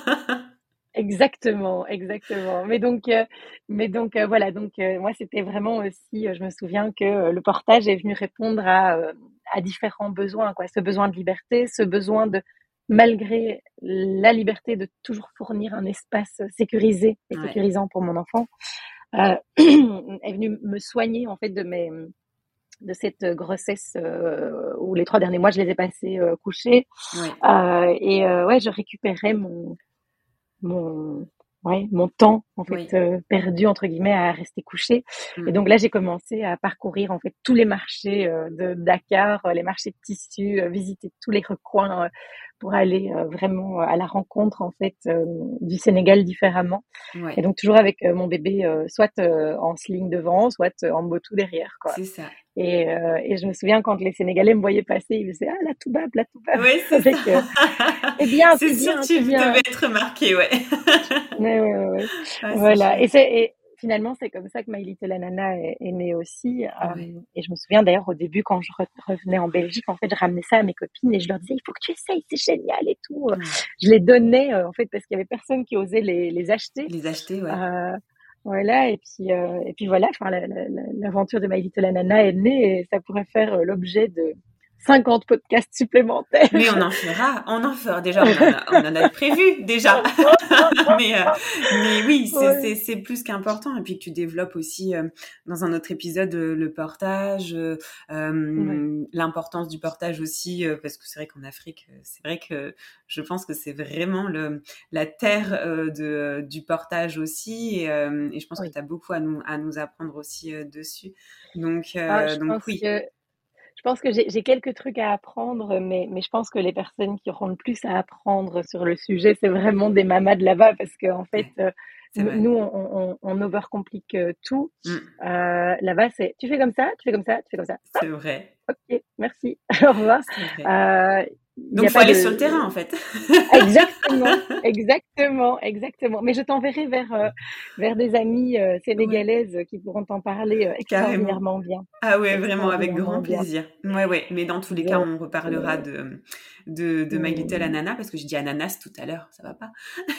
Exactement, exactement. Mais donc, euh, mais donc euh, voilà. Donc euh, moi, c'était vraiment aussi. euh, je me souviens que euh, le portage est venu répondre à euh, à différents besoins, quoi. Ce besoin de liberté, ce besoin de, malgré la liberté, de toujours fournir un espace sécurisé et Ouais. sécurisant pour mon enfant, euh, est venu me soigner en fait de mes de cette grossesse euh, où les trois derniers mois, je les ai passés euh, couchés. Ouais. Euh, et euh, ouais, je récupérais mon mon ouais mon temps en fait Oui. euh, perdu entre guillemets à rester couché. Et Mm. donc là j'ai commencé à parcourir en fait tous les marchés euh, de Dakar, euh, les marchés de tissus, euh, visiter tous les recoins euh, pour aller euh, vraiment à la rencontre en fait euh, du Sénégal différemment. Ouais. Et donc toujours avec euh, mon bébé euh, soit euh, en sling devant, soit euh, en moto derrière quoi. C'est ça. Et, euh, et je me souviens quand les Sénégalais me voyaient passer, ils me disaient ah la toubab, la toubab Oui, c'est avec ça. euh, c'est bien, C'est c'est sûr bien, que c'est tu bien. devais être marqué, ouais. Ouais, ouais, ouais, ouais. Ah, c'est Voilà. Et, chouette. c'est, et finalement, c'est comme ça que My Little Nana est, est née aussi. Ouais. Euh, et je me souviens d'ailleurs au début, quand je re- revenais en Belgique, en fait, je ramenais ça à mes copines et je leur disais, il faut que tu essayes, c'est génial et tout. Ouais. Je les donnais, euh, en fait, parce qu'il y avait personne qui osait les, les acheter. Les acheter, ouais. Euh, voilà. Et puis, euh, et puis voilà, enfin, la- la- la- l'aventure de My Little Nana est née et ça pourrait faire euh, l'objet de cinquante podcasts supplémentaires. Mais on en fera, on en fera. Déjà, on en a, on en a prévu, déjà. mais, euh, mais oui, c'est, Ouais. c'est, c'est plus qu'important. Et puis que tu développes aussi euh, dans un autre épisode euh, le portage, euh, Ouais. l'importance du portage aussi, euh, parce que c'est vrai qu'en Afrique, euh, c'est vrai que je pense que c'est vraiment le, la terre euh, de, du portage aussi. Et, euh, et je pense que Oui. tu as beaucoup à nous, à nous apprendre aussi euh, dessus. Donc, Ah, euh, je donc pense oui. que Je pense que j'ai j'ai quelques trucs à apprendre, mais, mais je pense que les personnes qui auront le plus à apprendre sur le sujet, c'est vraiment des mamas de là-bas, parce que en fait, Ouais, euh, c'est vrai. nous, on, on, on overcomplique euh, tout. Mm, Euh, là-bas, c'est tu fais comme ça, tu fais comme ça, tu fais comme ça. c'est vrai. Ah, ok, merci, au revoir. C'est vrai. Euh, Il n'y Donc, a faut pas aller sur le de... terrain, en fait. Exactement, exactement, exactement. Mais je t'enverrai vers, euh, vers des amies euh, Ouais, sénégalaises qui pourront t'en parler euh, carrément. extraordinairement bien. Ah ouais, vraiment, avec grand Extraordinairement bien. plaisir. Ouais, ouais. Mais dans tous les cas, Donc, on reparlera euh, de, de, de My Little hum, Ananas, parce que j'ai dit ananas tout à l'heure, ça va pas?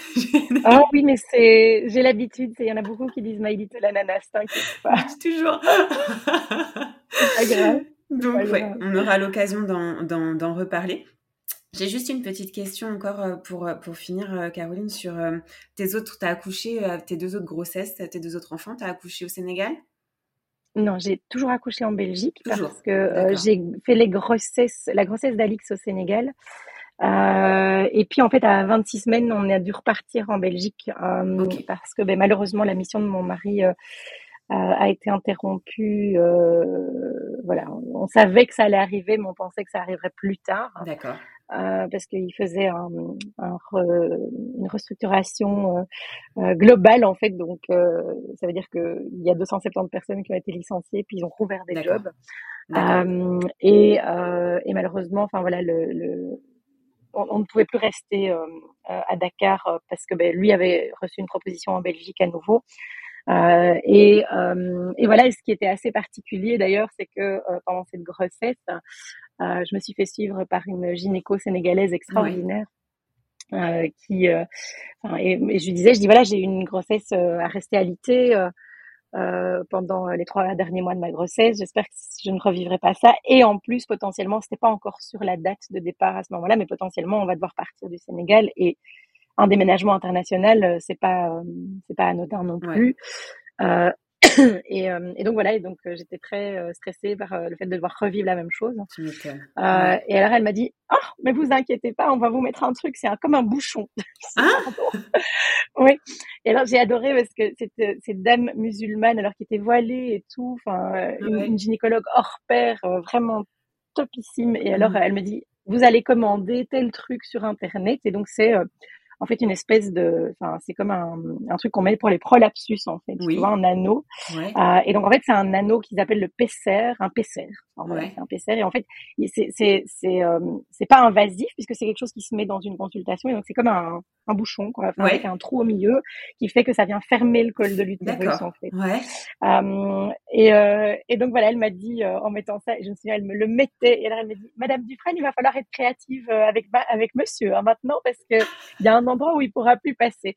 ah oui, mais c'est, j'ai l'habitude. Il y en a beaucoup qui disent My Little Ananas, t'inquiète Je pas. dis toujours. C'est pas grave. C'est pas Donc, ouais, grave. on aura l'occasion d'en, d'en, d'en reparler. J'ai juste une petite question encore euh, pour, euh, pour finir, euh, Caroline, sur euh, tes autres, t'as accouché, euh, tes deux autres grossesses, tes deux autres enfants, t'as accouché au Sénégal? Non, j'ai toujours accouché en Belgique Toujours. parce que euh, D'accord. j'ai fait les grossesses, la grossesse d'Alix au Sénégal. Euh, et puis en fait, à vingt-six semaines, on a dû repartir en Belgique euh, Ok. parce que ben, malheureusement, la mission de mon mari euh, a, a été interrompue. Euh, voilà, on, on savait que ça allait arriver, mais on pensait que ça arriverait plus tard. D'accord. Euh, parce qu'il faisait un, un re, une restructuration euh, euh, globale en fait, donc euh, ça veut dire qu'il y a deux cent soixante-dix personnes qui ont été licenciées, puis ils ont rouvert des D'accord. jobs. D'accord. Euh, et, euh, et malheureusement, enfin voilà, le, le on, on ne pouvait plus rester euh, à Dakar euh, parce que ben, lui avait reçu une proposition en Belgique à nouveau. Euh, et, euh, et voilà, et ce qui était assez particulier d'ailleurs, c'est que euh, pendant cette grossesse, euh, je me suis fait suivre par une gynéco sénégalaise Oui. extraordinaire euh, qui, euh, enfin, et, et je lui disais, je dis voilà, j'ai eu une grossesse euh, à rester alitée euh, euh, pendant les trois derniers mois de ma grossesse. J'espère que je ne revivrai pas ça. Et en plus, potentiellement, c'était pas encore sur la date de départ à ce moment-là, mais potentiellement, on va devoir partir du Sénégal et un déménagement international, c'est pas, euh, c'est pas anodin non plus. Ouais. Euh, et, euh, et donc voilà, et donc euh, j'étais très euh, stressée par euh, le fait de devoir revivre la même chose. Tu m'étonnes. Euh, ouais. Et alors elle m'a dit, oh, mais vous inquiétez pas, on va vous mettre un truc, c'est un, comme un bouchon. Hein? Oui. Et alors j'ai adoré parce que cette, cette dame musulmane, alors qui était voilée et tout, enfin ouais. une, une gynécologue hors pair, euh, vraiment topissime. Et alors mmh. elle me dit, vous allez commander tel truc sur internet, et donc c'est euh, en fait une espèce de, enfin c'est comme un, un truc qu'on met pour les prolapsus en fait, oui. Tu vois, un anneau. Ouais. Euh, et donc en fait c'est un anneau qu'ils appellent le Pesser, un Pesser. Enfin, voilà, ouais. C'est un Pesser, et en fait c'est c'est c'est euh, c'est pas invasif puisque c'est quelque chose qui se met dans une consultation, et donc c'est comme un un bouchon quoi, enfin, ouais. Avec un trou au milieu qui fait que ça vient fermer le col de l'utérus en fait. Ouais. Euh, et euh, et donc voilà, elle m'a dit euh, en mettant ça, et je me souviens, elle me le mettait, et alors elle me dit, Madame Dufresne, il va falloir être créative avec avec Monsieur hein, maintenant, parce que il y a un endroit où il pourra plus passer.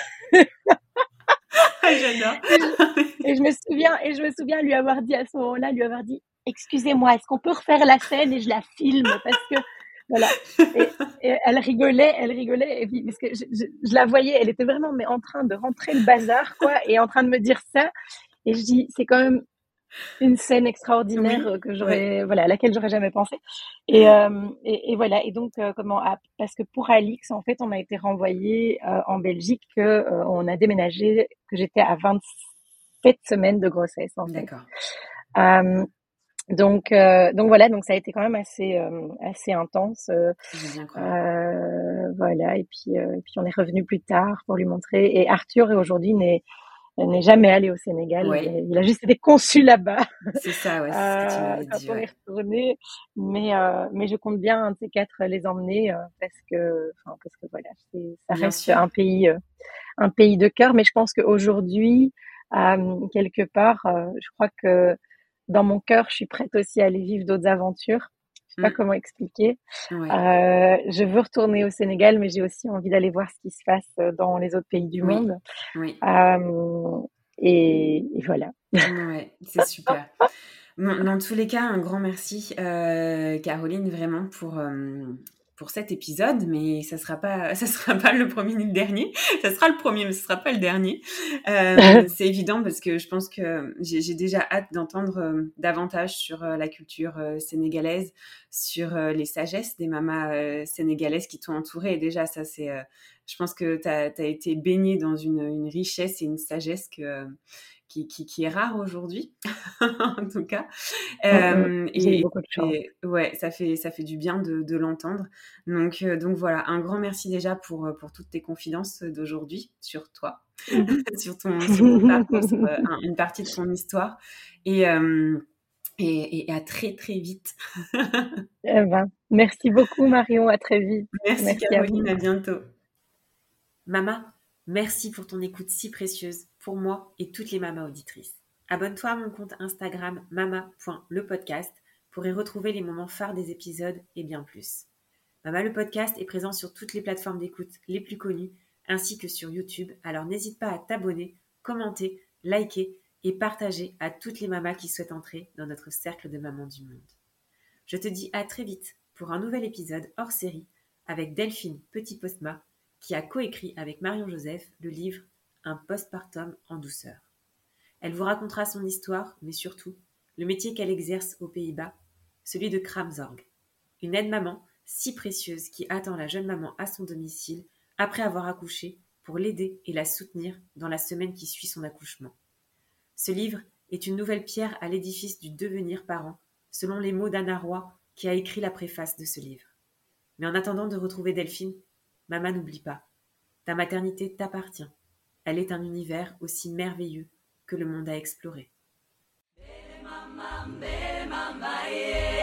J'adore. Et je, et je me souviens, et je me souviens lui avoir dit à ce moment-là, lui avoir dit, excusez-moi, est-ce qu'on peut refaire la scène et je la filme parce que voilà. Et, et elle rigolait, elle rigolait, et puis parce que je, je, je la voyais, elle était vraiment mais en train de rentrer le bazar quoi, et en train de me dire ça. Et je dis, c'est quand même une scène extraordinaire oui, que j'aurais, ouais. voilà, à laquelle j'aurais jamais pensé. Et, euh, et, et voilà. Et donc, euh, comment, ah, parce que pour Alix, en fait, on a été renvoyé euh, en Belgique, que euh, on a déménagé, que j'étais à vingt-sept semaines de grossesse, en fait. D'accord. Euh, donc, euh, donc voilà. Donc ça a été quand même assez, euh, assez intense. Euh, bien euh, voilà. Et puis, euh, et puis on est revenu plus tard pour lui montrer. Et Arthur, aujourd'hui, n'est n'est jamais allé au Sénégal. Ouais. Il a juste été conçu là-bas. C'est ça, ouais, c'est ce que tu m'avais quand dit. Quand on ouais. est retourné, mais euh, mais je compte bien un de ces quatre les emmener euh, parce que, enfin parce que voilà, c'est, ça bien reste sûr. un pays, euh, un pays de cœur. Mais je pense qu'aujourd'hui, euh, quelque part, euh, je crois que dans mon cœur, je suis prête aussi à aller vivre d'autres aventures. Je sais pas mmh. comment expliquer. Ouais. Euh, je veux retourner au Sénégal, mais j'ai aussi envie d'aller voir ce qui se passe dans les autres pays du oui. monde. Oui. Euh, et, et voilà. Ouais, c'est super. Dans tous les cas, un grand merci, euh, Caroline, vraiment pour euh, pour cet épisode, mais ça sera pas ça sera pas le premier ni le dernier. Ça sera le premier, mais ce sera pas le dernier. Euh, c'est évident parce que je pense que j'ai, j'ai déjà hâte d'entendre euh, davantage sur euh, la culture euh, sénégalaise, sur euh, les sagesses des mamas euh, sénégalaises qui t'ont entourée. Et déjà, ça c'est, euh, je pense que t'as t'as été baignée dans une une richesse et une sagesse que euh, Qui, qui, qui est rare aujourd'hui, en tout cas. Euh, J'ai et, eu beaucoup de chance. Et, ouais, ça fait, ça fait du bien de, de l'entendre. Donc, euh, donc voilà, un grand merci déjà pour, pour toutes tes confidences d'aujourd'hui sur toi, mm-hmm. sur, ton, sur ton parcours, sur euh, un, une partie de ton histoire. Et, euh, et, et à très, très vite. eh ben, merci beaucoup, Marion. À très vite. Merci, merci Caroline. À, à bientôt. Mama, merci pour ton écoute si précieuse pour moi et toutes les mamas auditrices. Abonne-toi à mon compte Instagram mama point le podcast pour y retrouver les moments phares des épisodes et bien plus. Mama le podcast est présent sur toutes les plateformes d'écoute les plus connues ainsi que sur YouTube, alors n'hésite pas à t'abonner, commenter, liker et partager à toutes les mamas qui souhaitent entrer dans notre cercle de mamans du monde. Je te dis à très vite pour un nouvel épisode hors série avec Delphine Petit-Postma qui a coécrit avec Marion Joseph le livre « Un postpartum en douceur ». Elle vous racontera son histoire, mais surtout le métier qu'elle exerce aux Pays-Bas, celui de Kramzorg, une aide-maman si précieuse qui attend la jeune maman à son domicile après avoir accouché pour l'aider et la soutenir dans la semaine qui suit son accouchement. Ce livre est une nouvelle pierre à l'édifice du devenir parent, selon les mots d'Anna Roy qui a écrit la préface de ce livre. Mais en attendant de retrouver Delphine, Maman, n'oublie pas, ta maternité t'appartient. Elle est un univers aussi merveilleux que le monde à explorer. Mama, mama, yeah.